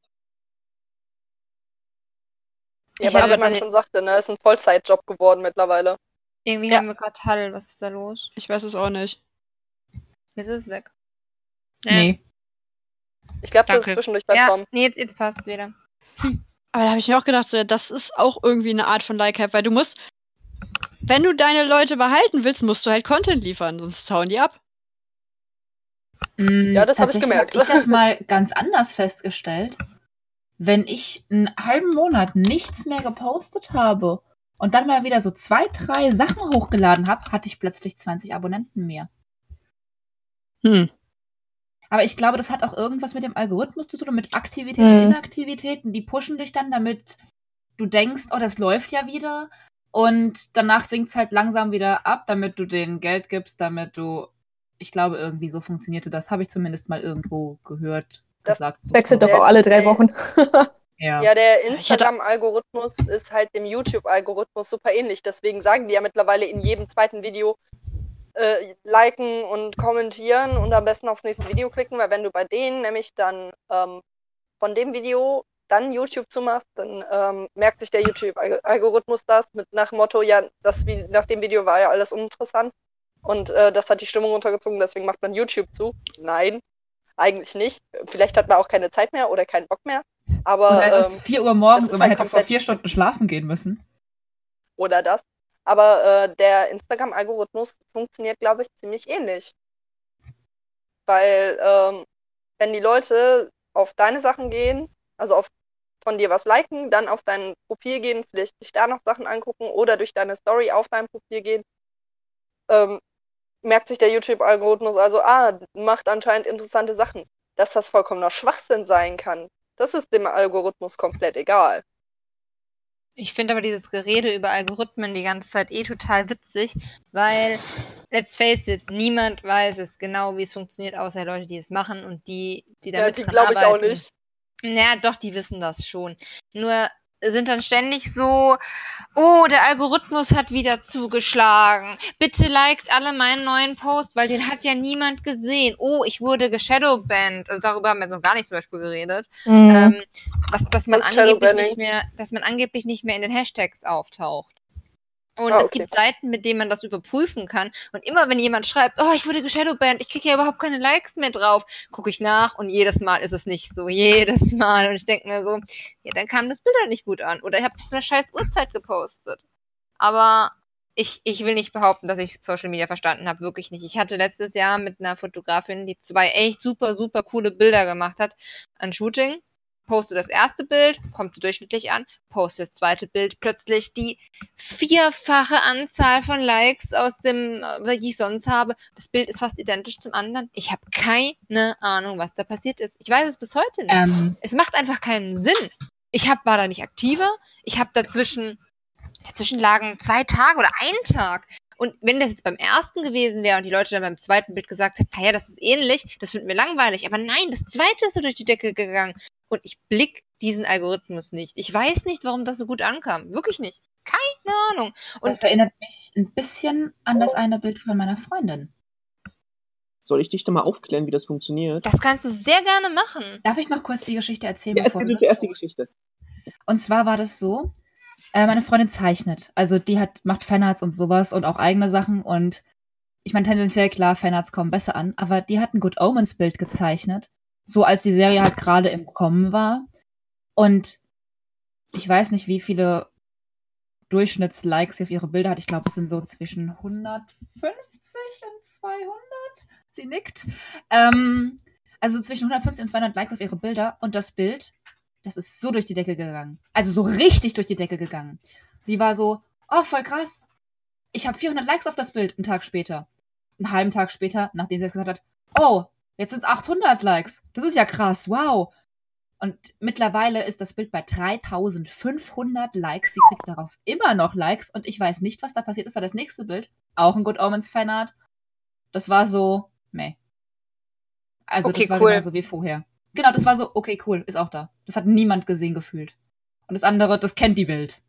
Ja, Ich aber habe wie man das- schon sagte, ne, ist ein Vollzeitjob geworden mittlerweile. Irgendwie Ja. haben wir gerade Hall. Was ist da los? Ich weiß es auch nicht. Jetzt ist es weg. Nee. Ich glaube, das Danke. ist zwischendurch bei Ja, Tom. nee, jetzt, jetzt passt es wieder. Aber da habe ich mir auch gedacht, so, ja, das ist auch irgendwie eine Art von Like-Hype, weil du musst, wenn du deine Leute behalten willst, musst du halt Content liefern, sonst hauen die ab. Mm, Ja, das hab ich tatsächlich gemerkt. Hab ich das mal ganz anders festgestellt. Wenn ich einen halben Monat nichts mehr gepostet habe und dann mal wieder so zwei, drei Sachen hochgeladen habe, hatte ich plötzlich zwanzig Abonnenten mehr. Hm. Aber ich glaube, das hat auch irgendwas mit dem Algorithmus zu tun, mit Aktivitäten Mhm. und Inaktivitäten. Die pushen dich dann, damit du denkst, oh, das läuft ja wieder. Und danach sinkt es halt langsam wieder ab, damit du denen Geld gibst, damit du, ich glaube, irgendwie so funktionierte das. Habe ich zumindest mal irgendwo gehört, Das gesagt. Wechselt doch Der- auch alle drei der- Wochen. Ja. Ja, der ich hatte- Instagram-Algorithmus ist halt dem YouTube-Algorithmus super ähnlich. Deswegen sagen die ja mittlerweile in jedem zweiten Video äh, liken und kommentieren und am besten aufs nächste Video klicken, weil wenn du bei denen nämlich dann ähm, von dem Video dann YouTube zumachst, dann ähm, merkt sich der YouTube-Algorithmus das mit nach dem Motto, ja, das, Vi- nach dem Video war ja alles uninteressant und äh, das hat die Stimmung runtergezogen, deswegen macht man YouTube zu. Nein, eigentlich nicht. Vielleicht hat man auch keine Zeit mehr oder keinen Bock mehr. Aber Oder es ähm, ist vier Uhr morgens das ist und man halt hätte vor komplett- vier Stunden schlafen gehen müssen. oder das. Aber äh, der Instagram-Algorithmus funktioniert, glaube ich, ziemlich ähnlich. Weil ähm, wenn die Leute auf deine Sachen gehen, also auf von dir was liken, dann auf dein Profil gehen, vielleicht sich da noch Sachen angucken oder durch deine Story auf dein Profil gehen, ähm, merkt sich der YouTube-Algorithmus also, ah, macht anscheinend interessante Sachen. Dass das vollkommener Schwachsinn sein kann, das ist dem Algorithmus komplett egal. Ich finde aber dieses Gerede über Algorithmen die ganze Zeit eh total witzig, weil, let's face it, niemand weiß es genau, wie es funktioniert, außer Leute, die es machen und die, die Ja, damit die dran glaube ich auch arbeiten. nicht. Naja, doch, die wissen das schon. Nur sind dann ständig so, oh, der Algorithmus hat wieder zugeschlagen. Bitte liked alle meinen neuen Post, weil den hat ja niemand gesehen. Oh, ich wurde geshadowbanned. Also darüber haben wir noch gar nicht zum Beispiel geredet. Mhm. Ähm, was, dass man Was ist angeblich Shadowbanning? nicht mehr, dass man angeblich nicht mehr in den Hashtags auftaucht. Und Ah, es okay. gibt Seiten, mit denen man das überprüfen kann. Und immer wenn jemand schreibt, oh, ich wurde geshadowbanned, ich kriege ja überhaupt keine Likes mehr drauf, gucke ich nach und jedes Mal ist es nicht so. Jedes Mal. Und ich denke mir so, ja, dann kam das Bild halt nicht gut an. Oder ihr habt es zu einer scheiß Uhrzeit gepostet. Aber ich, ich will nicht behaupten, dass ich Social Media verstanden habe. Wirklich nicht. Ich hatte letztes Jahr mit einer Fotografin, die zwei echt super, super coole Bilder gemacht hat, ein Shooting. Poste das erste Bild, kommt so durchschnittlich an, poste das zweite Bild, plötzlich die vierfache Anzahl von Likes aus dem, äh, die ich sonst habe. Das Bild ist fast identisch zum anderen. Ich habe keine Ahnung, was da passiert ist. Ich weiß es bis heute nicht. Ähm, Es macht einfach keinen Sinn. Ich hab, war da nicht aktiver. Ich habe dazwischen, dazwischen lagen zwei Tage oder ein Tag. Und wenn das jetzt beim ersten gewesen wäre und die Leute dann beim zweiten Bild gesagt hätten, naja, das ist ähnlich, das finden wir langweilig. Aber nein, das zweite ist so durch die Decke gegangen. Und ich blick diesen Algorithmus nicht. Ich weiß nicht, warum das so gut ankam. Wirklich nicht. Keine Ahnung. Und das erinnert mich ein bisschen an das eine Bild von meiner Freundin. Soll ich dich da mal aufklären, wie das funktioniert? das kannst du sehr gerne machen. Darf ich noch kurz die Geschichte erzählen, Ja, bevor erzähl du du das zuerst die tust? Geschichte. Und zwar war das so, äh, meine Freundin zeichnet. Also die hat, macht Fanarts und sowas und auch eigene Sachen. Und ich meine, tendenziell klar, Fanarts kommen besser an. Aber die hat ein Good Omens Bild gezeichnet. So als die Serie halt gerade im Kommen war. Und ich weiß nicht, wie viele Durchschnittslikes sie auf ihre Bilder hat. Ich glaube, es sind so zwischen hundertfünfzig und zweihundert. Sie nickt. Ähm, also zwischen hundertfünfzig und zweihundert Likes auf ihre Bilder. Und das Bild, das ist so durch die Decke gegangen. Also so richtig durch die Decke gegangen. Sie war so, oh, voll krass. Ich habe vierhundert Likes auf das Bild einen Tag später. Einen halben Tag später, nachdem sie jetzt gesagt hat, oh, jetzt sind es achthundert Likes. Das ist ja krass, wow. Und mittlerweile ist das Bild bei dreitausendfünfhundert Likes. Sie kriegt darauf immer noch Likes. Und ich weiß nicht, was da passiert ist, weil das nächste Bild, auch ein Good Omens Fanart, das war so, meh. Also Okay, das war cool. genauso wie vorher. Genau, das war so, okay, cool, ist auch da. Das hat niemand gesehen gefühlt. Und das andere, das kennt die Welt.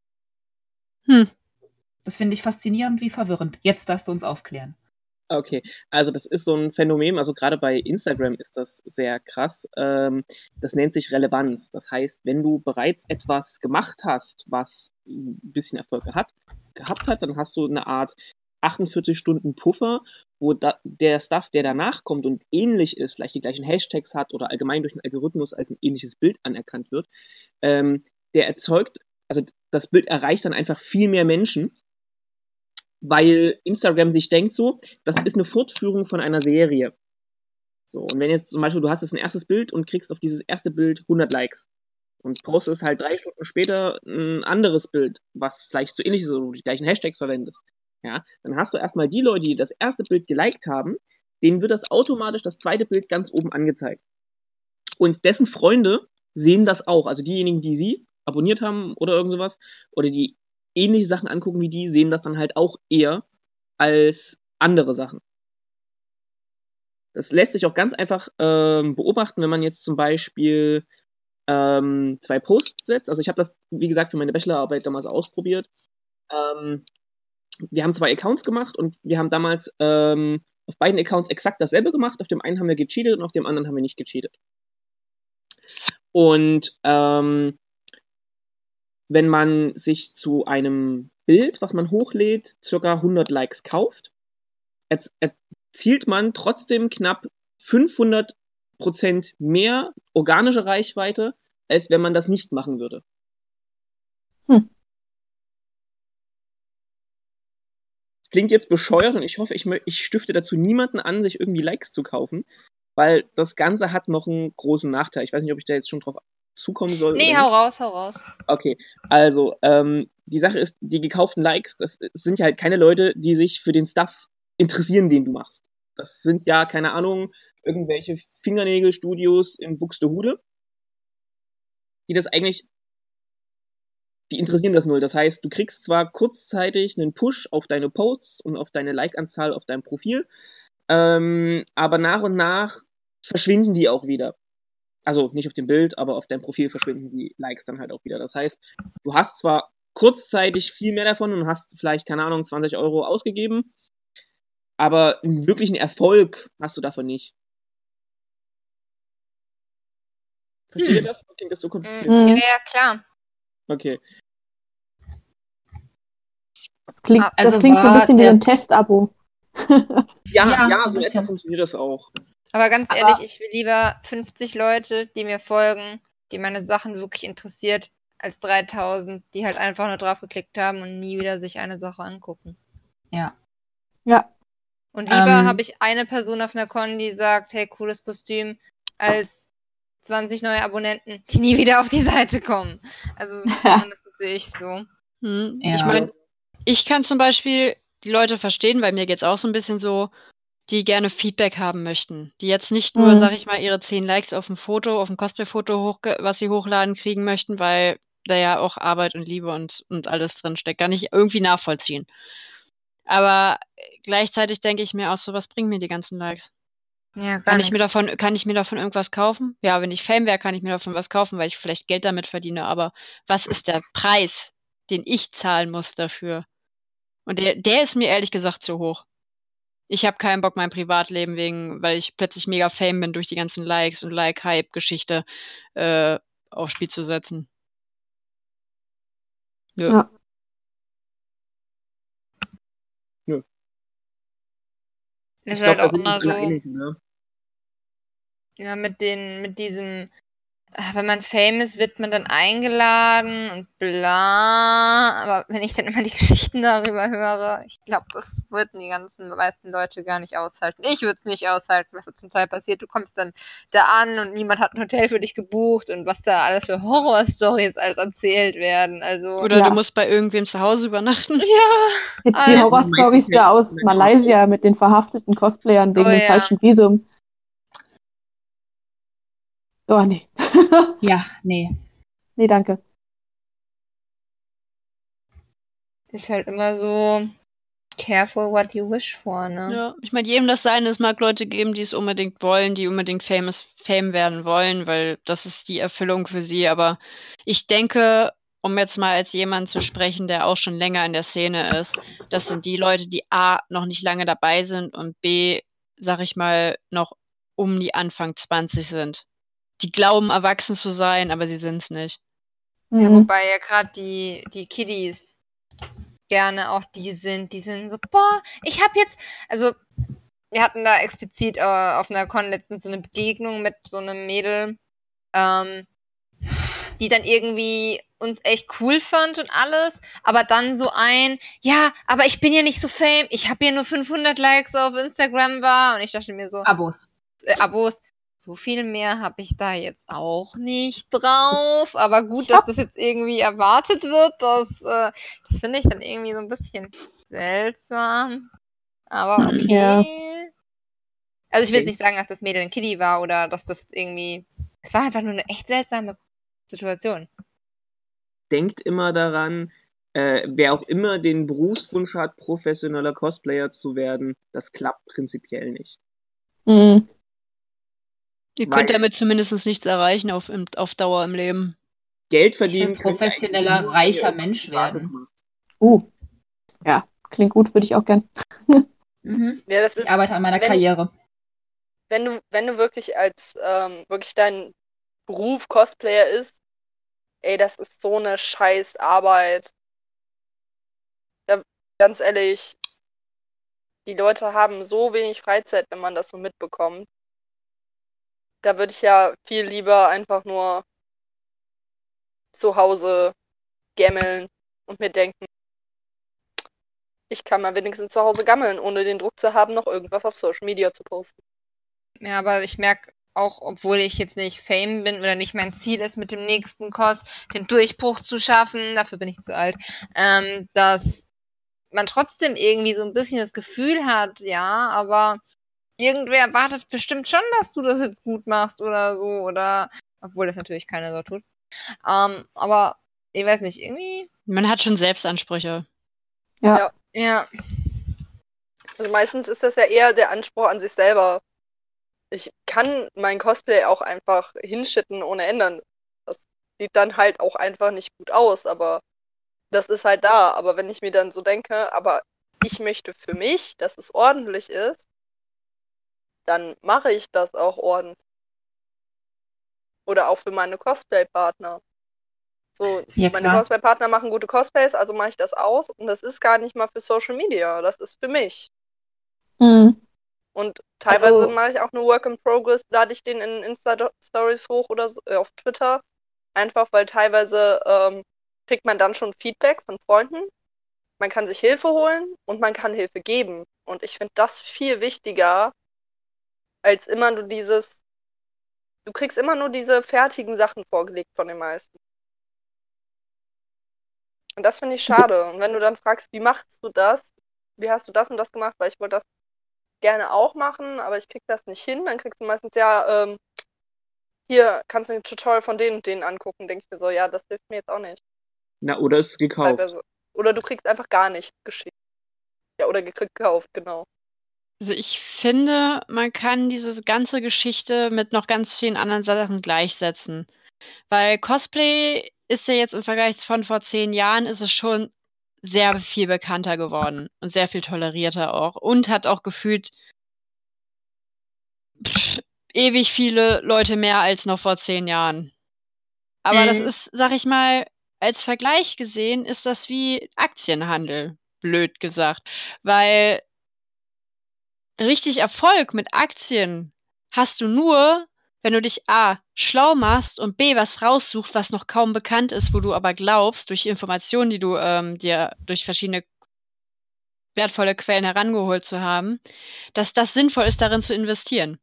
Hm. Das finde ich faszinierend wie verwirrend. Jetzt darfst du uns aufklären. Okay, also das ist so ein Phänomen, also gerade bei Instagram ist das sehr krass. Ähm, das nennt sich Relevanz. Das heißt, wenn du bereits etwas gemacht hast, was ein bisschen Erfolg hat, gehabt hat, dann hast du eine Art achtundvierzig Stunden Puffer, wo da, der Stuff, der danach kommt und ähnlich ist, vielleicht die gleichen Hashtags hat oder allgemein durch den Algorithmus als ein ähnliches Bild anerkannt wird, ähm, der erzeugt, also das Bild erreicht dann einfach viel mehr Menschen, weil Instagram sich denkt so, das ist eine Fortführung von einer Serie. So, und wenn jetzt zum Beispiel, du hast jetzt ein erstes Bild und kriegst auf dieses erste Bild hundert Likes und postest halt drei Stunden später ein anderes Bild, was vielleicht so ähnlich ist, oder du die gleichen Hashtags verwendest, ja, dann hast du erstmal die Leute, die das erste Bild geliked haben, denen wird das automatisch das zweite Bild ganz oben angezeigt. Und dessen Freunde sehen das auch, also diejenigen, die sie abonniert haben oder irgend sowas, oder die ähnliche Sachen angucken wie die, sehen das dann halt auch eher als andere Sachen. Das lässt sich auch ganz einfach ähm, beobachten, wenn man jetzt zum Beispiel ähm, zwei Posts setzt. Also ich habe das, wie gesagt, für meine Bachelorarbeit damals ausprobiert. Ähm, wir haben zwei Accounts gemacht und wir haben damals ähm, auf beiden Accounts exakt dasselbe gemacht. Auf dem einen haben wir gecheatet und auf dem anderen haben wir nicht gecheatet. Und ähm, wenn man sich zu einem Bild, was man hochlädt, circa hundert Likes kauft, erz- erzielt man trotzdem knapp fünfhundert Prozent mehr organische Reichweite, als wenn man das nicht machen würde. Hm. Das klingt jetzt bescheuert und ich hoffe, ich, mö- ich stifte dazu niemanden an, sich irgendwie Likes zu kaufen, weil das Ganze hat noch einen großen Nachteil. Ich weiß nicht, ob ich da jetzt schon drauf zukommen soll. Nee, oder hau nicht. raus, hau raus. Okay, also ähm, die Sache ist, die gekauften Likes, das sind ja halt keine Leute, die sich für den Stuff interessieren, den du machst. Das sind ja, keine Ahnung, irgendwelche Fingernägelstudios in Buxtehude, die das eigentlich, die interessieren das null. Das heißt, du kriegst zwar kurzzeitig einen Push auf deine Posts und auf deine Like-Anzahl auf deinem Profil, ähm, aber nach und nach verschwinden die auch wieder. Also nicht auf dem Bild, aber auf deinem Profil verschwinden die Likes dann halt auch wieder. Das heißt, du hast zwar kurzzeitig viel mehr davon und hast vielleicht, keine Ahnung, zwanzig Euro ausgegeben, aber einen wirklichen Erfolg hast du davon nicht. Versteht ihr Hm. das? Klingt das so kompliziert? Mm, Mhm. Ja, ja, klar. Okay. Das klingt, Ah, das also klingt so ein war bisschen wie der- ein Testabo. Ja, Ja, ja, so ein so in etwa bisschen. funktioniert das auch. Aber ganz Aber- ehrlich, ich will lieber fünfzig Leute, die mir folgen, die meine Sachen wirklich interessiert, als dreitausend, die halt einfach nur drauf geklickt haben und nie wieder sich eine Sache angucken. Ja. Ja. Und lieber Ähm. habe ich eine Person auf einer Con, die sagt, hey, cooles Kostüm, als zwanzig neue Abonnenten, die nie wieder auf die Seite kommen. Also zumindest sehe ich so. Hm. Ja. Ich meine, ich kann zum Beispiel die Leute verstehen, weil mir geht's auch so ein bisschen so, die gerne Feedback haben möchten. Die jetzt nicht nur, Mhm. sag ich mal, ihre zehn Likes auf ein Foto, auf ein Cosplay-Foto, hochge- was sie hochladen, kriegen möchten, weil da ja auch Arbeit und Liebe und, und alles drin steckt. Kann ich irgendwie nachvollziehen. Aber gleichzeitig denke ich mir auch so, was bringen mir die ganzen Likes? Ja, gar Kann ich mir nichts. davon, kann ich mir davon irgendwas kaufen? Ja, wenn ich Fame wäre, kann ich mir davon was kaufen, weil ich vielleicht Geld damit verdiene. Aber was ist der Preis, den ich zahlen muss dafür? Und der, der ist mir ehrlich gesagt zu hoch. Ich habe keinen Bock, mein Privatleben wegen, weil ich plötzlich mega Fame bin, durch die ganzen Likes und Like-Hype-Geschichte äh, aufs Spiel zu setzen. Nö. Ja. Ist Ich halt glaube, da auch sind wir immer uns alle so, einig, ne? ja, mit den, mit diesem, ach, wenn man famous wird man dann eingeladen und bla. Aber wenn ich dann immer die Geschichten darüber höre, ich glaube, das würden die ganzen meisten Leute gar nicht aushalten. Ich würde es nicht aushalten, was da zum Teil passiert. Du kommst dann da an und niemand hat ein Hotel für dich gebucht und was da alles für Horrorstories als erzählt werden. Also, Oder Ja. du musst bei irgendwem zu Hause übernachten. ja. Jetzt die Also- Horrorstories da aus Malaysia mit den verhafteten Cosplayern wegen Oh dem ja. falschen Visum. Oh, nee. Ja, nee. Nee, danke. Ist halt immer so careful what you wish for, ne? Ja, ich meine, jedem das Seine. Es mag Leute geben, die es unbedingt wollen, die unbedingt famous, Fame werden wollen, weil das ist die Erfüllung für sie. Aber ich denke, um jetzt mal als jemand zu sprechen, der auch schon länger in der Szene ist, das sind die Leute, die A, noch nicht lange dabei sind und B, sag ich mal, noch um die Anfang zwanzig sind. Die glauben, erwachsen zu sein, aber sie sind es nicht. Ja, Mhm. wobei ja gerade die, die Kiddies gerne auch die sind, die sind so, boah, ich hab jetzt, also wir hatten da explizit äh, auf einer Con letztens so eine Begegnung mit so einem Mädel, ähm, die dann irgendwie uns echt cool fand und alles, aber dann so ein, ja, aber ich bin ja nicht so fame, ich habe ja nur fünfhundert Likes auf Instagram war und ich dachte mir so, Abos. äh, Abos, so viel mehr habe ich da jetzt auch nicht drauf. Aber gut, Ich dass hab- das jetzt irgendwie erwartet wird, das, äh, das finde ich dann irgendwie so ein bisschen seltsam. Aber Hm. okay. Ja. Also ich will jetzt Okay. nicht sagen, dass das Mädel ein Kiddie war oder dass das irgendwie. Es war einfach nur eine echt seltsame Situation. Denkt immer daran, äh, wer auch immer den Berufswunsch hat, professioneller Cosplayer zu werden, das klappt prinzipiell nicht. Mhm. Ihr Weil- könnt damit zumindest nichts erreichen auf, im, auf Dauer im Leben. Geld Ich verdienen will könnt ihr eigentlich professioneller, nur, wenn reicher ihr Mensch Privates werden. macht. Uh. Ja, klingt gut, würde ich auch gern. Mhm. Ja, das Ich ist, arbeite an meiner wenn- Karriere. wenn du, wenn du wirklich als, ähm, wirklich dein Beruf Cosplayer ist, ey, das ist so eine scheiß Arbeit. Ja, ganz ehrlich, die Leute haben so wenig Freizeit, wenn man das so mitbekommt. Da würde ich ja viel lieber einfach nur zu Hause gammeln und mir denken, ich kann mal wenigstens zu Hause gammeln, ohne den Druck zu haben, noch irgendwas auf Social Media zu posten. Ja, aber ich merke auch, obwohl ich jetzt nicht Fame bin oder nicht mein Ziel ist, mit dem nächsten Cos den Durchbruch zu schaffen, dafür bin ich zu alt, ähm, dass man trotzdem irgendwie so ein bisschen das Gefühl hat, ja, aber irgendwer erwartet bestimmt schon, dass du das jetzt gut machst oder so, oder, obwohl das natürlich keiner so tut. Ähm, aber ich weiß nicht, irgendwie, Man hat schon Selbstansprüche. Ja. Ja. ja, Also meistens ist das ja eher der Anspruch an sich selber. Ich kann mein Cosplay auch einfach hinschitten ohne ändern. Das sieht dann halt auch einfach nicht gut aus, aber das ist halt da. Aber wenn ich mir dann so denke, aber ich möchte für mich, dass es ordentlich ist, dann mache ich das auch ordentlich. Oder auch für meine Cosplay-Partner. So, Ja, meine klar. Cosplay-Partner machen gute Cosplays, also mache ich das aus. Und das ist gar nicht mal für Social Media, das ist für mich. Mhm. Und teilweise Also- mache ich auch nur Work in Progress, lade ich den in Insta-Stories hoch oder so, äh, auf Twitter. Einfach weil teilweise ähm, kriegt man dann schon Feedback von Freunden. Man kann sich Hilfe holen und man kann Hilfe geben. Und ich finde das viel wichtiger, als immer nur dieses, du kriegst immer nur diese fertigen Sachen vorgelegt von den meisten. Und das finde ich schade. Und wenn du dann fragst, wie machst du das? Wie hast du das und das gemacht? Weil ich wollte das gerne auch machen, aber ich krieg das nicht hin. Dann kriegst du meistens, ja, ähm, hier kannst du ein Tutorial von denen und denen angucken. Denke ich mir so, ja, das hilft mir jetzt auch nicht. Na, oder ist gekauft. Teilweise. Oder du kriegst einfach gar nichts geschickt. Ja, oder gekauft, genau. Also ich finde, man kann diese ganze Geschichte mit noch ganz vielen anderen Sachen gleichsetzen. Weil Cosplay ist ja jetzt im Vergleich von vor zehn Jahren, ist es schon sehr viel bekannter geworden und sehr viel tolerierter auch. Und hat auch gefühlt pff, ewig viele Leute mehr als noch vor zehn Jahren. Aber Mhm. das ist, sag ich mal, als Vergleich gesehen, ist das wie Aktienhandel, blöd gesagt. Weil richtig Erfolg mit Aktien hast du nur, wenn du dich A, schlau machst und B, was raussuchst, was noch kaum bekannt ist, wo du aber glaubst, durch Informationen, die du ähm, dir durch verschiedene wertvolle Quellen herangeholt zu haben, dass das sinnvoll ist, darin zu investieren.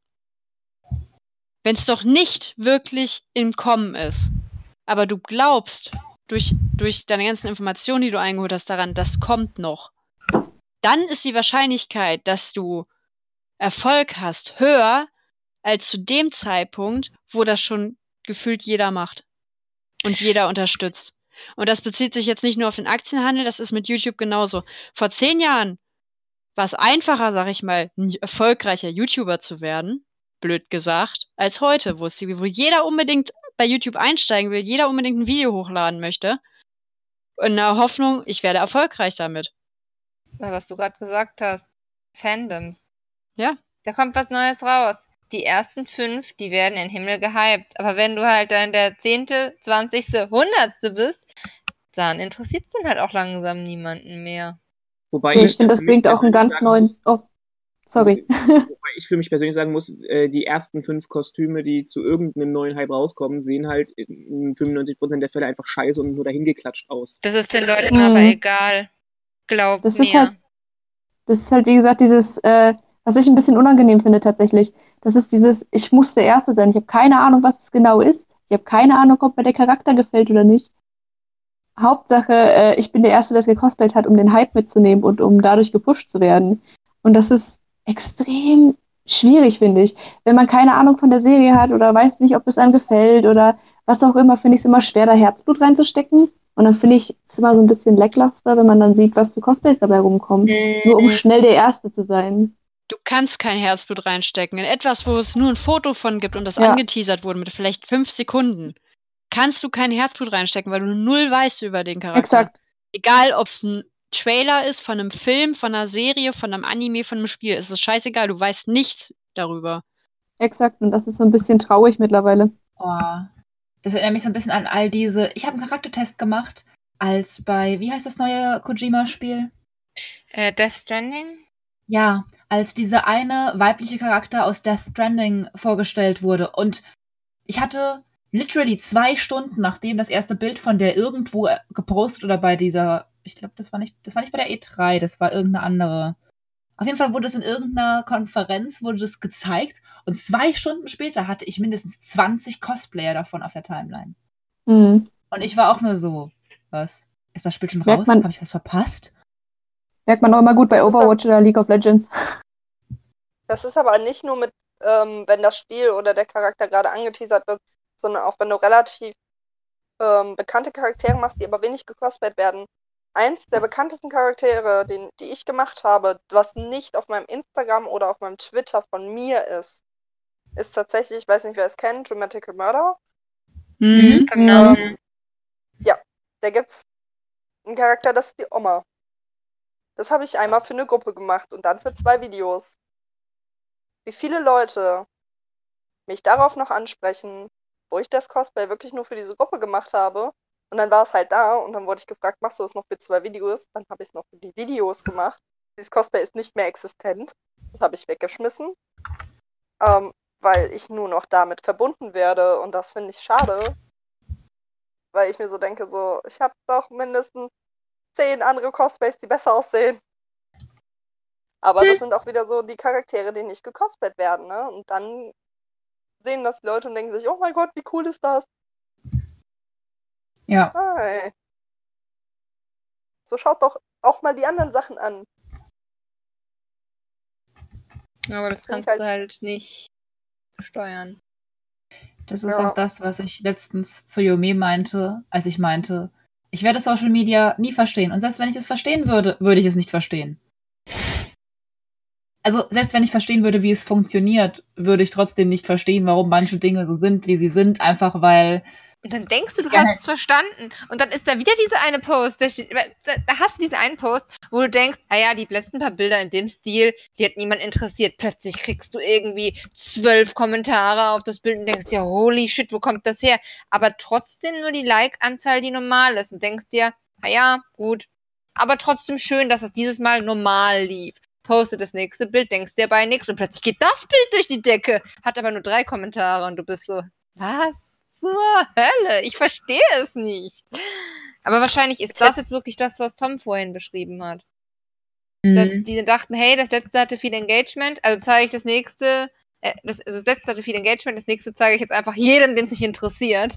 Wenn es doch nicht wirklich im Kommen ist, aber du glaubst durch, durch deine ganzen Informationen, die du eingeholt hast, daran, das kommt noch, dann ist die Wahrscheinlichkeit, dass du Erfolg hast, höher als zu dem Zeitpunkt, wo das schon gefühlt jeder macht und jeder unterstützt. Und das bezieht sich jetzt nicht nur auf den Aktienhandel, das ist mit YouTube genauso. Vor zehn Jahren war es einfacher, sag ich mal, ein erfolgreicher YouTuber zu werden, blöd gesagt, als heute, wo, es, wo jeder unbedingt bei YouTube einsteigen will, jeder unbedingt ein Video hochladen möchte, in der Hoffnung, ich werde erfolgreich damit. was du gerade gesagt hast, Fandoms. Ja. Da kommt was Neues raus. Die ersten fünf, die werden in den Himmel gehypt. Aber wenn du halt dann der zehnte, zwanzigste, hundertste bist, dann interessiert es dann halt auch langsam niemanden mehr. Wobei Nee, ich finde, das für mich bringt auch einen persönlich ganz sagen neuen. muss- Oh, sorry. Wobei ich für mich persönlich sagen muss, äh, die ersten fünf Kostüme, die zu irgendeinem neuen Hype rauskommen, sehen halt in fünfundneunzig Prozent der Fälle einfach scheiße und nur dahin geklatscht aus. Das ist den Leuten Mhm. aber egal. Glaub Das mir. ist halt, das ist halt, wie gesagt, dieses, äh, was ich ein bisschen unangenehm finde tatsächlich. Das ist dieses, ich muss der Erste sein. Ich habe keine Ahnung, was es genau ist. Ich habe keine Ahnung, ob mir der Charakter gefällt oder nicht. Hauptsache, äh, ich bin der Erste, der es gecosplayt hat, um den Hype mitzunehmen und um dadurch gepusht zu werden. Und das ist extrem schwierig, finde ich. Wenn man keine Ahnung von der Serie hat oder weiß nicht, ob es einem gefällt oder was auch immer, finde ich es immer schwer, da Herzblut reinzustecken. Und Und dann finde ich es immer so ein bisschen lackluster, wenn man dann sieht, was für Cosplays dabei rumkommen. Mhm. Nur um schnell der Erste zu sein. Du kannst kein Herzblut reinstecken. In etwas, wo es nur ein Foto von gibt und das Ja. angeteasert wurde mit vielleicht fünf Sekunden, kannst du kein Herzblut reinstecken, weil du null weißt über den Charakter. Exakt. Egal, ob es ein Trailer ist von einem Film, von einer Serie, von einem Anime, von einem Spiel. Es ist scheißegal, du weißt nichts darüber. Exakt. Und das ist so ein bisschen traurig mittlerweile. Oh. Das erinnert mich so ein bisschen an all diese. Ich habe einen Charaktertest gemacht, als bei, wie heißt das neue Kojima-Spiel? Äh, Death Stranding? Ja, als dieser eine weibliche Charakter aus Death Stranding vorgestellt wurde. Und ich hatte literally zwei Stunden, nachdem das erste Bild von der irgendwo gepostet oder bei dieser, ich glaube, das war nicht, das war nicht bei der E drei, das war irgendeine andere. Auf jeden Fall wurde es in irgendeiner Konferenz, wurde das gezeigt und zwei Stunden später hatte ich mindestens zwanzig Cosplayer davon auf der Timeline. Mhm. Und ich war auch nur so, was? Ist das Spiel schon Merkt raus? man- Habe ich was verpasst? Merkt man auch immer gut bei Das ist Overwatch oder League of Legends. Das ist aber nicht nur mit, ähm, wenn das Spiel oder der Charakter gerade angeteasert wird, sondern auch wenn du relativ ähm, bekannte Charaktere machst, die aber wenig gecosplayt werden. Eins der bekanntesten Charaktere, den, die ich gemacht habe, was nicht auf meinem Instagram oder auf meinem Twitter von mir ist, ist tatsächlich, ich weiß nicht, wer es kennt, Dramatical Murder. Mhm. Genau. Ähm, ja, da gibt's einen Charakter, das ist die Oma. Das habe ich einmal für eine Gruppe gemacht und dann für zwei Videos. Wie viele Leute mich darauf noch ansprechen, wo ich das Cosplay wirklich nur für diese Gruppe gemacht habe. Und dann war es halt da und dann wurde ich gefragt, machst du es noch für zwei Videos? Dann habe ich es noch für die Videos gemacht. Dieses Cosplay ist nicht mehr existent. Das habe ich weggeschmissen. Ähm, weil ich nur noch damit verbunden werde und das finde ich schade. Weil ich mir so denke, so, ich habe doch mindestens zehn andere Cosplays, die besser aussehen. Aber das sind auch wieder so die Charaktere, die nicht gecosplayt werden, ne? Und dann sehen das die Leute und denken sich, oh mein Gott, wie cool ist das? Ja. Hi. So schaut doch auch mal die anderen Sachen an. Aber das Das find ich kannst halt- du halt nicht steuern. Das ist Ja. auch das, was ich letztens zu Yome meinte, als ich meinte, ich werde Social Media nie verstehen. Und selbst wenn ich es verstehen würde, würde ich es nicht verstehen. Also, selbst wenn ich verstehen würde, wie es funktioniert, würde ich trotzdem nicht verstehen, warum manche Dinge so sind, wie sie sind, einfach weil. Und dann denkst du, du Ja, hast es verstanden. Und dann ist da wieder dieser eine Post. Da, steht, da, da hast du diesen einen Post, wo du denkst, ah ja, die letzten paar Bilder in dem Stil, die hat niemand interessiert. Plötzlich kriegst du irgendwie zwölf Kommentare auf das Bild und denkst dir, holy shit, wo kommt das her? Aber trotzdem nur die Like-Anzahl, die normal ist. Und denkst dir, ah ja, gut. Aber trotzdem schön, dass es dieses Mal normal lief. Poste das nächste Bild, denkst dir bei nichts und plötzlich geht das Bild durch die Decke. Hat aber nur drei Kommentare und du bist so, was zur Hölle? Ich verstehe es nicht. Aber wahrscheinlich ist das jetzt wirklich das, was Tom vorhin beschrieben hat. Dass Mhm. die dachten, hey, das letzte hatte viel Engagement, also zeige ich das nächste, äh, das, also das letzte hatte viel Engagement, das nächste zeige ich jetzt einfach jedem, den es nicht interessiert.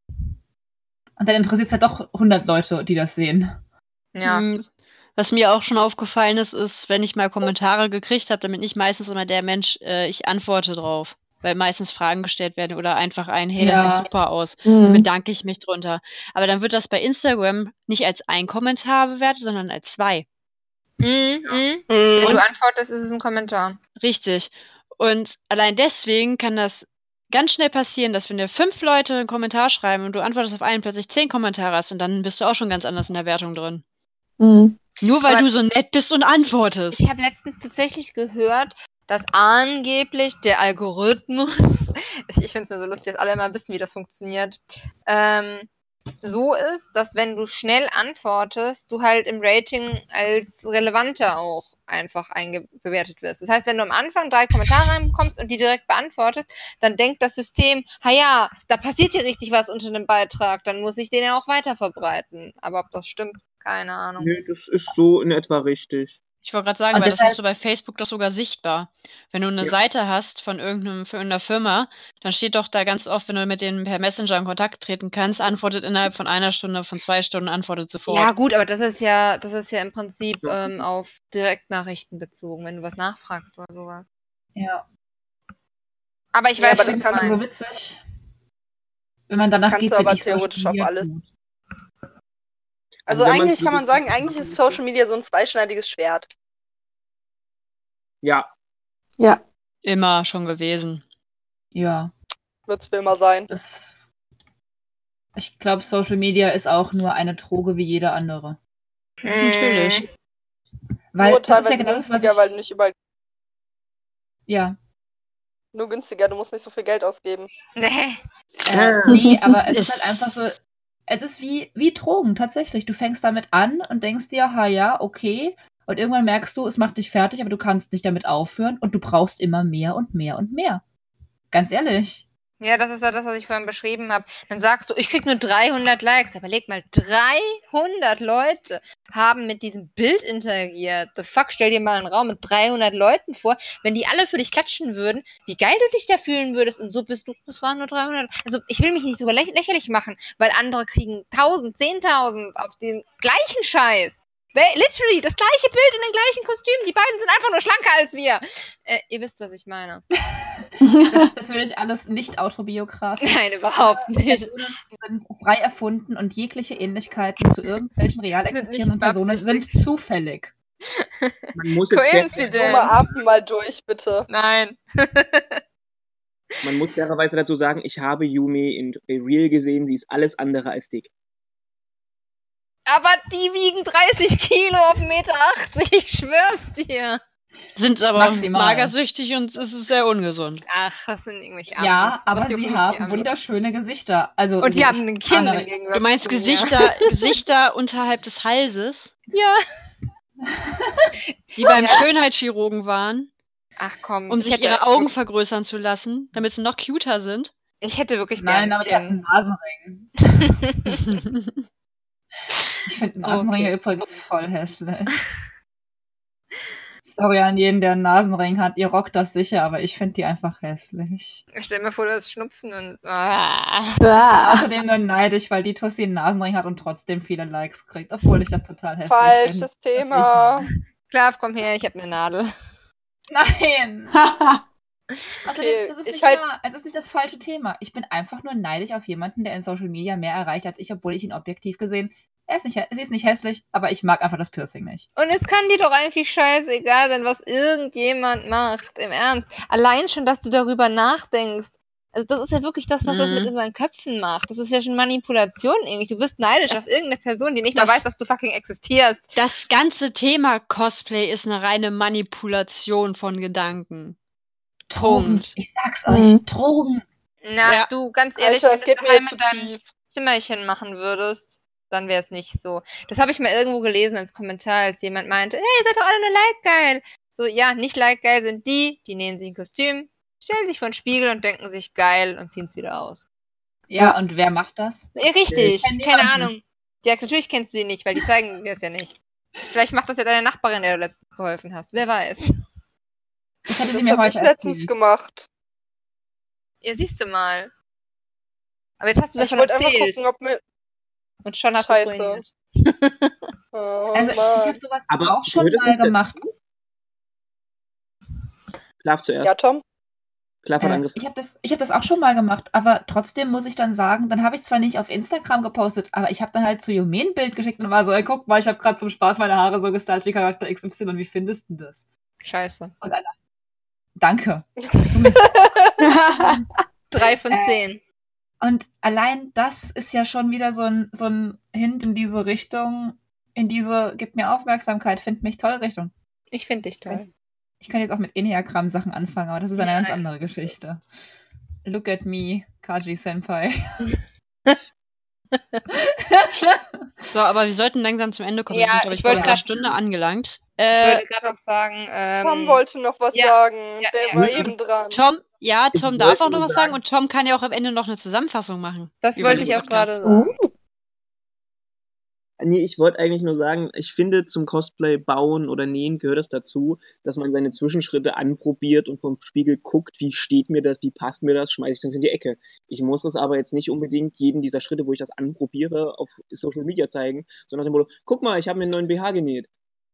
Und dann interessiert es halt doch hundert Leute, die das sehen. Ja. Hm, Was mir auch schon aufgefallen ist, ist, wenn ich mal Kommentare gekriegt habe, dann bin ich meistens immer der Mensch, äh, ich antworte drauf. Weil meistens Fragen gestellt werden oder einfach ein, hey, das Ja. sieht super aus. Mhm. Bedanke ich mich drunter. Aber dann wird das bei Instagram nicht als ein Kommentar bewertet, sondern als zwei. Mhm, mhm. Mhm. Wenn du antwortest, ist es ein Kommentar. Richtig. Und allein deswegen kann das ganz schnell passieren, dass wenn dir fünf Leute einen Kommentar schreiben und du antwortest auf einen, plötzlich zehn Kommentare hast und dann bist du auch schon ganz anders in der Wertung drin. Mhm. Nur weil Aber- du so nett bist und antwortest. Ich habe letztens tatsächlich gehört, dass angeblich der Algorithmus, ich, ich finde es nur so lustig, dass alle immer wissen, wie das funktioniert, ähm, so ist, dass wenn du schnell antwortest, du halt im Rating als relevanter auch einfach eingebewertet wirst. Das heißt, wenn du am Anfang drei Kommentare reinbekommst und die direkt beantwortest, dann denkt das System, ha ja, da passiert hier richtig was unter einem Beitrag, dann muss ich den ja auch weiter verbreiten. Aber ob das stimmt, keine Ahnung. Nee, das ist so in etwa richtig. Ich wollte gerade sagen, Und weil das deshalb- hast du bei Facebook doch sogar sichtbar. Wenn du eine Ja. Seite hast von irgendeinem, für irgendeiner Firma, dann steht doch da ganz oft, wenn du mit denen per Messenger in Kontakt treten kannst, antwortet innerhalb von einer Stunde, von zwei Stunden, antwortet sofort. Ja, gut, aber das ist ja, das ist ja im Prinzip Ja. ähm, auf Direktnachrichten bezogen, wenn du was nachfragst oder sowas. Ja. Aber ich Ja, weiß, aber was das du Das ist so meinst. witzig. Wenn man danach kannst geht, du bin aber ich Social theoretisch auf Media alles. tot. Also wenn man's eigentlich kann man wirklich sagen, eigentlich ist machen Social Media so ein zweischneidiges Schwert. Ja, Ja. Immer schon gewesen. Ja, Wird's für immer sein. das. Ich glaube, Social Media ist auch nur eine Droge wie jede andere. Natürlich. Weil Nur das ist teilweise ja genau das, was günstiger, weil du ich. nicht überall. Ja. Nur günstiger, du musst nicht so viel Geld ausgeben. Nee. Äh, nee, aber es Ist- ist halt einfach so. Es ist wie, wie Drogen, tatsächlich. Du fängst damit an und denkst dir, ha ja, okay. Und irgendwann merkst du, es macht dich fertig, aber du kannst nicht damit aufhören und du brauchst immer mehr und mehr und mehr. Ganz ehrlich. Ja, das ist ja das, was ich vorhin beschrieben habe. Dann sagst du, ich krieg nur dreihundert Likes. Aber leg mal, dreihundert Leute haben mit diesem Bild interagiert. The fuck, stell dir mal einen Raum mit dreihundert Leuten vor. Wenn die alle für dich klatschen würden, wie geil du dich da fühlen würdest. Und so bist du, das waren nur dreihundert. Also ich will mich nicht drüber läch lächerlich machen, weil andere kriegen tausend, zehntausend auf den gleichen Scheiß. Wer- Literally, das gleiche Bild in den gleichen Kostümen. Die beiden sind einfach nur schlanker als wir. Äh, ihr wisst, was ich meine. Das ist natürlich alles nicht autobiografisch. Nein, überhaupt nicht. Personen sind frei erfunden und jegliche Ähnlichkeiten zu irgendwelchen real Sind nicht existierenden Personen sind beabsichtigt. zufällig. man muss jetzt fair, Coincidence. Nur mal atmen mal durch, bitte. Nein. man muss fairerweise dazu sagen, ich habe Yume in Real gesehen, sie ist alles andere als dick. Aber die wiegen dreißig Kilo auf eins Komma achtzig Meter, ich schwör's dir. Sind aber Maximal. magersüchtig und es ist sehr ungesund. Ach, das sind irgendwelche Ja, Amis. aber Was jucken sie mich die haben Amis? wunderschöne Gesichter. Also Und so die haben ein Kinn andere- im Gegensatz Du meinst zu mir. Gesichter, Gesichter unterhalb des Halses, Ja. die beim Schönheitschirurgen waren, Ach komm, um ich sich hätte ihre Augen wirklich- vergrößern zu lassen, damit sie noch cuter sind. Ich hätte wirklich Nein, gerne aber die hatten einen Nasenring. Kinn. Ich finde Nasenringe Okay. übrigens voll hässlich. Sorry an jeden, der einen Nasenring hat. Ihr rockt das sicher, aber ich finde die einfach hässlich. Ich stell mir vor, du hast Schnupfen und... Ah. Ah. Außerdem nur neidisch, weil die Tussi einen Nasenring hat und trotzdem viele Likes kriegt, obwohl ich das total hässlich Falsches finde. Thema. Klav, komm her, ich habe eine Nadel. Nein! Außerdem, Okay, das ist ich nicht halt- wahr. Es ist nicht das falsche Thema. Ich bin einfach nur neidisch auf jemanden, der in Social Media mehr erreicht als ich, obwohl ich ihn objektiv gesehen. Er ist nicht, hä- sie ist nicht hässlich, aber ich mag einfach das Piercing nicht. Und es kann dir doch eigentlich scheißegal sein, was irgendjemand macht. Im Ernst. Allein schon, dass du darüber nachdenkst. Also das ist ja wirklich das, was das Mhm. mit unseren Köpfen macht. Das ist ja schon Manipulation irgendwie. Du bist neidisch auf irgendeine Person, die nicht mal Das- weiß, dass du fucking existierst. Das ganze Thema Cosplay ist eine reine Manipulation von Gedanken. Drogen. Punkt. Ich sag's Mhm. euch, Drogen. Na, Ja. du, ganz ehrlich, Alter, wenn es du geht es mir daheim jetzt in zu deinem tief. Zimmerchen machen würdest, dann wäre es nicht so. Das habe ich mal irgendwo gelesen als Kommentar, als jemand meinte, hey, ihr seid doch alle nur like-geil. So, ja, nicht like-geil sind die, die nähen sich ein Kostüm, stellen sich vor den Spiegel und denken sich geil und ziehen es wieder aus. Ja, und wer macht das? Ja, richtig, Ich kenn keine niemanden. Ahnung. Ja, natürlich kennst du die nicht, weil die zeigen dir das ja nicht. Vielleicht macht das ja deine Nachbarin, der du letztens geholfen hast. Wer weiß. Ich hätte sie Das mir habe heute ich letztens erzählt. gemacht. Ja, siehst du mal. Aber jetzt hast du Ich davon wollte einfach erzählt gucken, ob mir. und schon hast du es Scheiße. ruiniert. Oh, Also ich, ich Mann. habe sowas Aber auch schon würde mal das- gemacht. Klav zuerst. Ja, Tom? Klav hat Äh, angefangen. ich habe das, ich hab das auch schon mal gemacht, aber trotzdem muss ich dann sagen, dann habe ich zwar nicht auf Instagram gepostet, aber ich habe dann halt zu Yume ein Bild geschickt und war so, ey, guck mal, ich habe gerade zum Spaß meine Haare so gestylt wie Charakter X Y, wie findest du das? Scheiße. Und alle, danke. Drei von Äh, zehn. Und allein das ist ja schon wieder so ein, so ein Hint in diese Richtung, in diese, gib mir Aufmerksamkeit, find mich toll Richtung. Ich finde dich toll. Ich kann jetzt auch mit Enneagramm-Sachen anfangen, aber das ist eine Ja. ganz andere Geschichte. Look at me, Kaji-Senpai. So, aber wir sollten langsam zum Ende kommen. Ja, wir sind, glaub ich ich, bei wollte einer grad- Stunde angelangt. Ich Äh, wollte gerade auch sagen, ähm, Tom wollte noch was ja, sagen. ja, Der ja. war eben dran. Tom, ja, Ich Tom darf wollte auch noch nur was sagen sagen- und Tom kann ja auch am Ende noch eine Zusammenfassung machen. das über wollte den ich auch Podcast. gerade sagen. Uh, Nee, ich wollte eigentlich nur sagen, ich finde, zum Cosplay bauen oder nähen gehört es dazu, dass man seine Zwischenschritte anprobiert und vom Spiegel guckt, wie steht mir das, wie passt mir das, schmeiße ich das in die Ecke. Ich muss das aber jetzt nicht unbedingt jeden dieser Schritte, wo ich das anprobiere, auf Social Media zeigen, sondern nach dem Motto, guck mal, ich habe mir einen neuen B H genäht.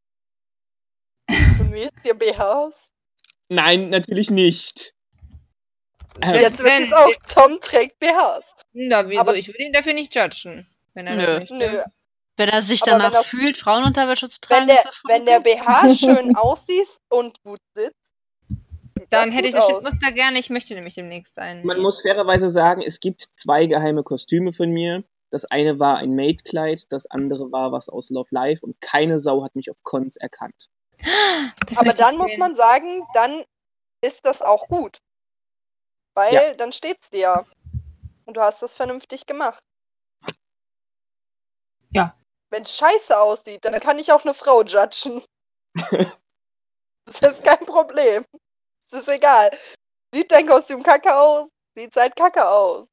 Und wie ist ihr B Hs? Nein, natürlich nicht. Ähm, Jetzt wird wenn- es auch. Tom trägt B Hs. Na, wieso? Aber- Ich würde ihn dafür nicht judgen, wenn er Nö. das möchte. Nö. Wenn er sich Aber danach wenn das- fühlt, Frauenunterwäsche zu tragen, Wenn der, ist das wenn der okay. B H schön aussieht und gut sitzt, sieht Dann das hätte ich gut das aus. Schnittmuster gerne. Ich möchte nämlich demnächst einen. Man muss fairerweise sagen, es gibt zwei geheime Kostüme von mir. Das eine war ein Maidkleid, das andere war was aus Love Live und keine Sau hat mich auf Cons erkannt. Das Aber möchte ich dann muss sehen. man sagen, dann ist das auch gut. Weil Ja. dann steht's dir. Und du hast das vernünftig gemacht. Ja. Wenn es scheiße aussieht, dann kann ich auch eine Frau judgen. Das ist kein Problem. Es ist egal. Sieht dein Kostüm kacke aus, sieht's halt kacke aus.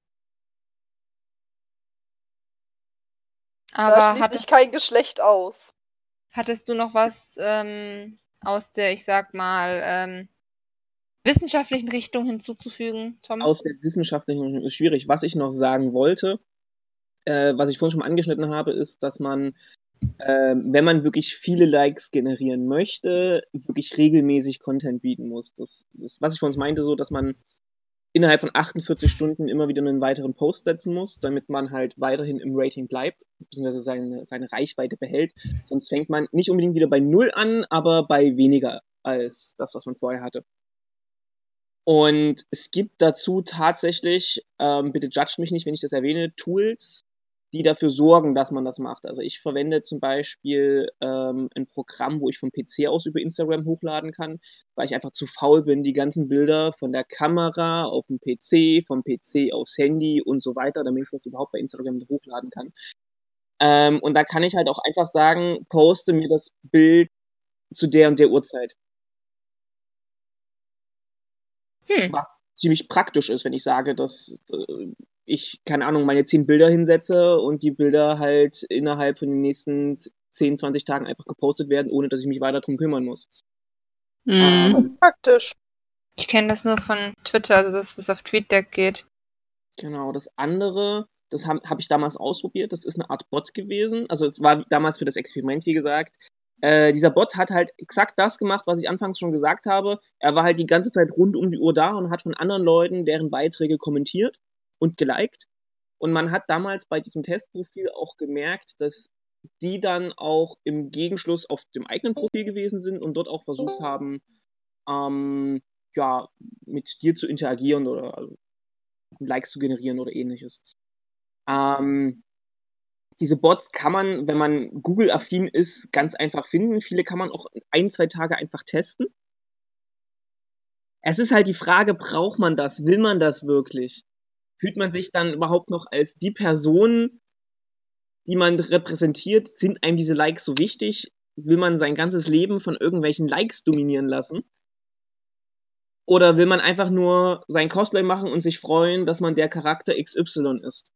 Da Aber schließt sich hattest, kein Geschlecht aus. hattest du noch was ähm, aus der, ich sag mal, ähm, wissenschaftlichen Richtung hinzuzufügen, Tom? Aus der wissenschaftlichen Richtung ist schwierig. Was ich noch sagen wollte, äh, was ich vorhin schon mal angeschnitten habe, ist, dass man, äh, wenn man wirklich viele Likes generieren möchte, wirklich regelmäßig Content bieten muss. Das, das was ich vorhin meinte, so, dass man innerhalb von achtundvierzig Stunden immer wieder einen weiteren Post setzen muss, damit man halt weiterhin im Rating bleibt, beziehungsweise seine, seine Reichweite behält. Sonst fängt man nicht unbedingt wieder bei Null an, aber bei weniger als das, was man vorher hatte. Und es gibt dazu tatsächlich, ähm, bitte judgt mich nicht, wenn ich das erwähne, Tools, die dafür sorgen, dass man das macht. Also ich verwende zum Beispiel ähm, ein Programm, wo ich vom P C aus über Instagram hochladen kann, weil ich einfach zu faul bin, die ganzen Bilder von der Kamera auf dem P C, vom P C aufs Handy und so weiter, damit ich das überhaupt bei Instagram hochladen kann. Ähm, und da kann ich halt auch einfach sagen, poste mir das Bild zu der und der Uhrzeit. Hm. Was ziemlich praktisch ist, wenn ich sage, dass äh, ich, keine Ahnung, meine zehn Bilder hinsetze und die Bilder halt innerhalb von den nächsten zehn, zwanzig Tagen einfach gepostet werden, ohne dass ich mich weiter drum kümmern muss. Mhm. Ähm, Praktisch. Ich kenne das nur von Twitter, also dass es auf TweetDeck geht. Genau, das andere, das habe hab ich damals ausprobiert, das ist eine Art Bot gewesen, also es war damals für das Experiment, wie gesagt. Äh, dieser Bot hat halt exakt das gemacht, was ich anfangs schon gesagt habe. Er war halt die ganze Zeit rund um die Uhr da und hat von anderen Leuten deren Beiträge kommentiert und geliked. Und man hat damals bei diesem Testprofil auch gemerkt, dass die dann auch im Gegenschluss auf dem eigenen Profil gewesen sind und dort auch versucht haben, ähm, ja, mit dir zu interagieren oder also, Likes zu generieren oder ähnliches. Ähm, diese Bots kann man, wenn man Google-affin ist, ganz einfach finden. Viele kann man auch ein, zwei Tage einfach testen. Es ist halt die Frage, braucht man das? Will man das wirklich? Fühlt man sich dann überhaupt noch als die Person, die man repräsentiert? Sind einem diese Likes so wichtig? Will man sein ganzes Leben von irgendwelchen Likes dominieren lassen? Oder will man einfach nur sein Cosplay machen und sich freuen, dass man der Charakter X Y ist?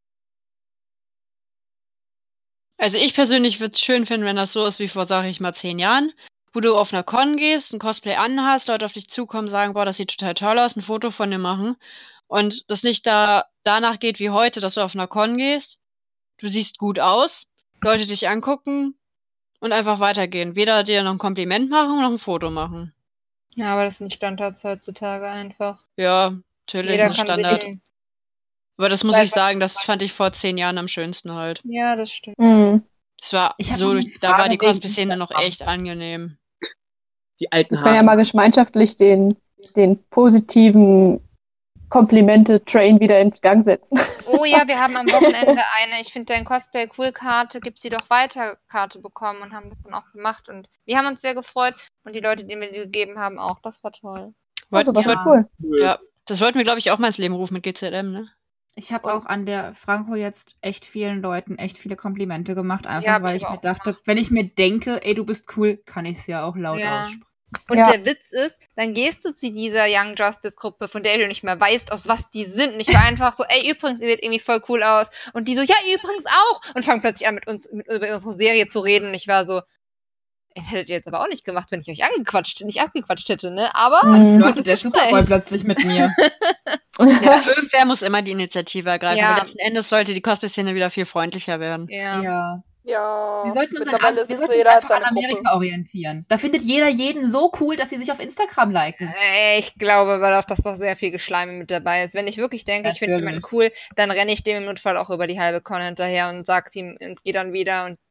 Also ich persönlich würde es schön finden, wenn das so ist wie vor, sag ich mal, zehn Jahren, wo du auf einer Con gehst, ein Cosplay anhast, Leute auf dich zukommen, sagen, boah, das sieht total toll aus, ein Foto von dir machen und das nicht da danach geht wie heute, dass du auf einer Con gehst, du siehst gut aus, Leute dich angucken und einfach weitergehen. Weder dir noch ein Kompliment machen noch ein Foto machen. Ja, aber das sind Standards heutzutage einfach. Ja, natürlich, Jeder ein kann Standard. sich. Aber das ist muss ich einfach- sagen, das fand ich vor zehn Jahren am schönsten halt. Ja, das stimmt. Mhm. Das war Ich hab so, noch eine da war Frage die wegen Cosplay-Szene noch Instagram. echt angenehm. Die alten Wir können ja Haare. mal gemeinschaftlich den, den positiven Komplimente-Train wieder in Gang setzen. Oh ja, wir haben am Wochenende eine, ich finde dein Cosplay cool Karte, gib sie doch weiter Karte bekommen und haben das dann auch gemacht und wir haben uns sehr gefreut und die Leute, die mir die gegeben haben, auch. Das war toll. Also, das Wollten- ist cool. Cool. Ja, das wollten wir, glaube ich, auch mal ins Leben rufen mit G Z M, ne? Ich habe Und- auch an der Franco jetzt echt vielen Leuten echt viele Komplimente gemacht, einfach Ja, hab weil ich ich aber mir auch dachte, wenn ich mir denke, ey, du bist cool, kann ich es ja auch laut Ja. aussprechen. Und Ja. der Witz ist, dann gehst du zu dieser Young Justice Gruppe, von der du nicht mehr weißt, aus was die sind. Und ich war einfach so, ey, übrigens, ihr seht irgendwie voll cool aus. Und die so, ja, übrigens auch. Und fangen plötzlich an, mit uns mit, über unsere Serie zu reden. Und ich war so, das hättet ihr jetzt aber auch nicht gemacht, wenn ich euch angequatscht, nicht abgequatscht hätte, ne? Aber Mhm. Flirtet gutes der Gespräch. Superboy plötzlich mit mir. Ja, irgendwer muss immer die Initiative ergreifen, Ja. aber letzten Endes sollte die Cosplay-Szene wieder viel freundlicher werden. Ja. Ja. Ja, Wir sollten uns, an, mittlerweile wir ist sollten uns jeder hat einfach an seine Amerika Gruppe. orientieren. Da findet jeder jeden so cool, dass sie sich auf Instagram liken. Äh, Ich glaube, weil auch, dass da sehr viel Geschleime mit dabei ist. Wenn ich wirklich denke, ich finde Natürlich. jemanden cool, dann renne ich dem im Notfall auch über die halbe Con hinterher und sag's ihm und gehe dann wieder und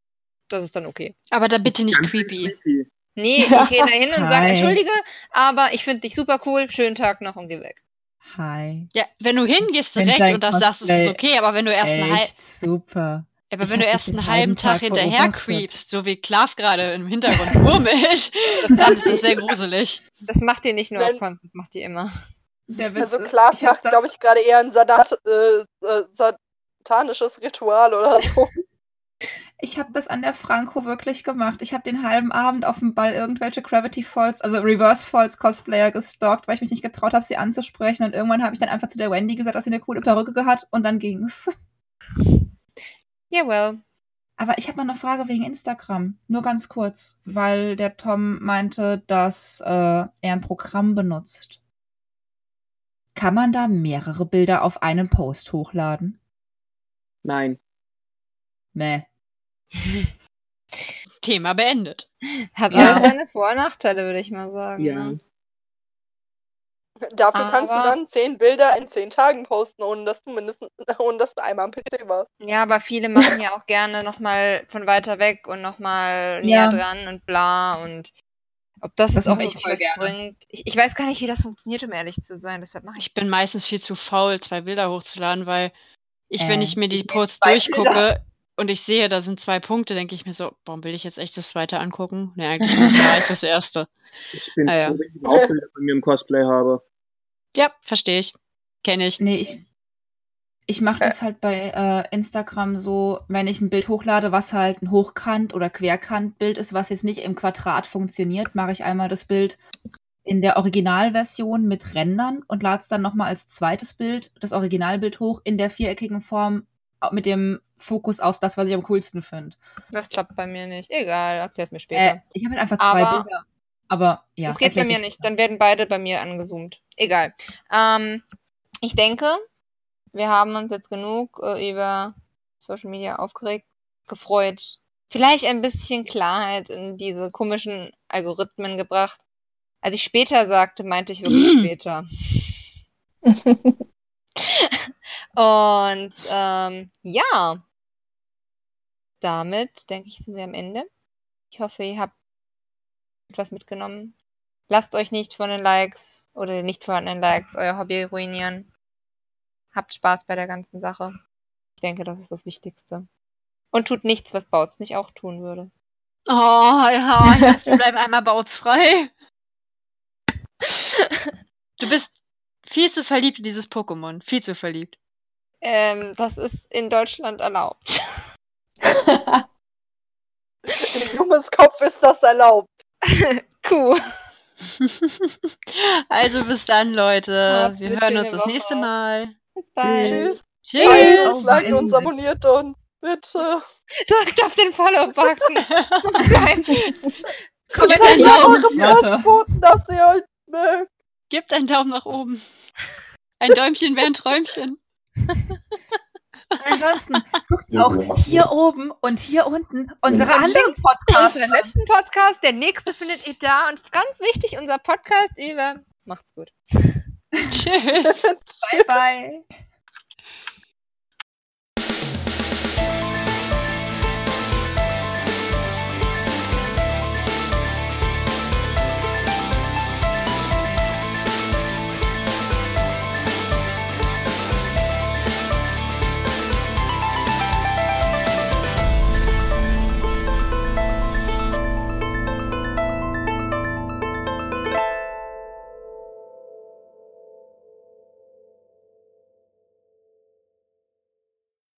das ist dann okay. Aber da bitte nicht Ganz creepy. creepy. Nee, ich gehe da hin und sage, Hi. entschuldige, aber ich finde dich super cool, schönen Tag noch und geh weg. Hi. Ja, wenn du hingehst Wenn direkt dein und das sagst, ist es Cosplay okay, aber wenn du erst einen, halb, Echt super. aber Ich wenn du hab erst dich den einen halben halben Tag Tag hinterher beobachtet. creepst, so wie Klav gerade im Hintergrund murmelt, dann ist das sehr gruselig. Das macht ihr nicht nur Wenn- auf Cons, das macht ihr immer. Der Witz Also ist, klar ich hab macht, glaube ich, gerade eher ein Sadat, äh, äh, satanisches Ritual oder so. Ich habe das an der Franco wirklich gemacht. Ich habe den halben Abend auf dem Ball irgendwelche Gravity Falls, also Reverse Falls Cosplayer gestalkt, weil ich mich nicht getraut habe, sie anzusprechen. Und irgendwann habe ich dann einfach zu der Wendy gesagt, dass sie eine coole Perücke hat und dann ging's. Ja, well. Aber ich habe noch eine Frage wegen Instagram. Nur ganz kurz, weil der Tom meinte, dass äh, er ein Programm benutzt. Kann man da mehrere Bilder auf einen Post hochladen? Nein. Meh. Thema beendet. Hat Ja. alles seine Vor- und Nachteile, würde ich mal sagen. Ja. Ne? Dafür kannst du Aber- dann zehn Bilder in zehn Tagen posten, ohne dass du mindestens, ohne dass du einmal am P C warst. Ja, aber viele machen ja auch gerne nochmal von weiter weg und nochmal Ja. näher dran und bla und ob das, Das jetzt auch mache ich wirklich voll was gerne. bringt. Ich, ich weiß gar nicht, wie das funktioniert, um ehrlich zu sein. Deshalb mache ich. Ich bin meistens viel zu faul, zwei Bilder hochzuladen, weil ich, wenn Äh, ich mir die ich nehm Posts zwei durchgucke Bilder. und ich sehe, da sind zwei Punkte, denke ich mir so, warum will ich jetzt echt das zweite angucken? Ne, eigentlich nicht, da reicht das erste. Ich bin Ah, ja. froh, dass ich überhaupt Bilder von mir im Cosplay habe. Ja, verstehe ich. Kenne ich. Nee, ich, ich mache das halt bei äh, Instagram so, wenn ich ein Bild hochlade, was halt ein Hochkant- oder Querkantbild ist, was jetzt nicht im Quadrat funktioniert, mache ich einmal das Bild in der Originalversion mit Rändern und lade es dann nochmal als zweites Bild, das Originalbild hoch, in der viereckigen Form au- mit dem Fokus auf das, was ich am coolsten finde. Das klappt bei mir nicht. Egal, erklär's mir später. Äh, ich habe halt einfach zwei Aber- Bilder. Aber ja, das geht bei erklär mir ich nicht. Dann werden beide bei mir angezoomt. Egal. Ähm, ich denke, wir haben uns jetzt genug äh, über Social Media aufgeregt, gefreut. Vielleicht ein bisschen Klarheit in diese komischen Algorithmen gebracht. Als ich später sagte, meinte ich wirklich später. Und ähm, ja, damit, denke ich, sind wir am Ende. Ich hoffe, ihr habt etwas mitgenommen. Lasst euch nicht von den Likes oder den nicht vorhandenen Likes euer Hobby ruinieren. Habt Spaß bei der ganzen Sache. Ich denke, das ist das Wichtigste. Und tut nichts, was Bautz nicht auch tun würde. Oh, ja, jetzt wir bleiben einmal bautsfrei. Du bist viel zu verliebt in dieses Pokémon. Viel zu verliebt. Ähm, das ist in Deutschland erlaubt. In Junges Kopf ist das erlaubt. Cool. Also bis dann, Leute. Habt Wir eine hören schöne uns das Woche. nächste Mal. Bis bald. Tschüss. Tschüss. Tschüss. Oh, Liked ist uns, es. abonniert uns. Bitte. Drückt auf den Follow-Button. Subscribe. Gebt Zeigt einen, auch Daumen, eurem Warte. Postboten, dass ihr euch mögt. gebt einen Daumen nach oben. Ein Däumchen wäre ein Träumchen. Ansonsten guckt auch hier oben und hier unten unsere Und anderen Podcasts Unseren an. letzten Podcast, der nächste findet ihr da. Und ganz wichtig, unser Podcast über... Macht's gut. Tschüss. Bye, bye.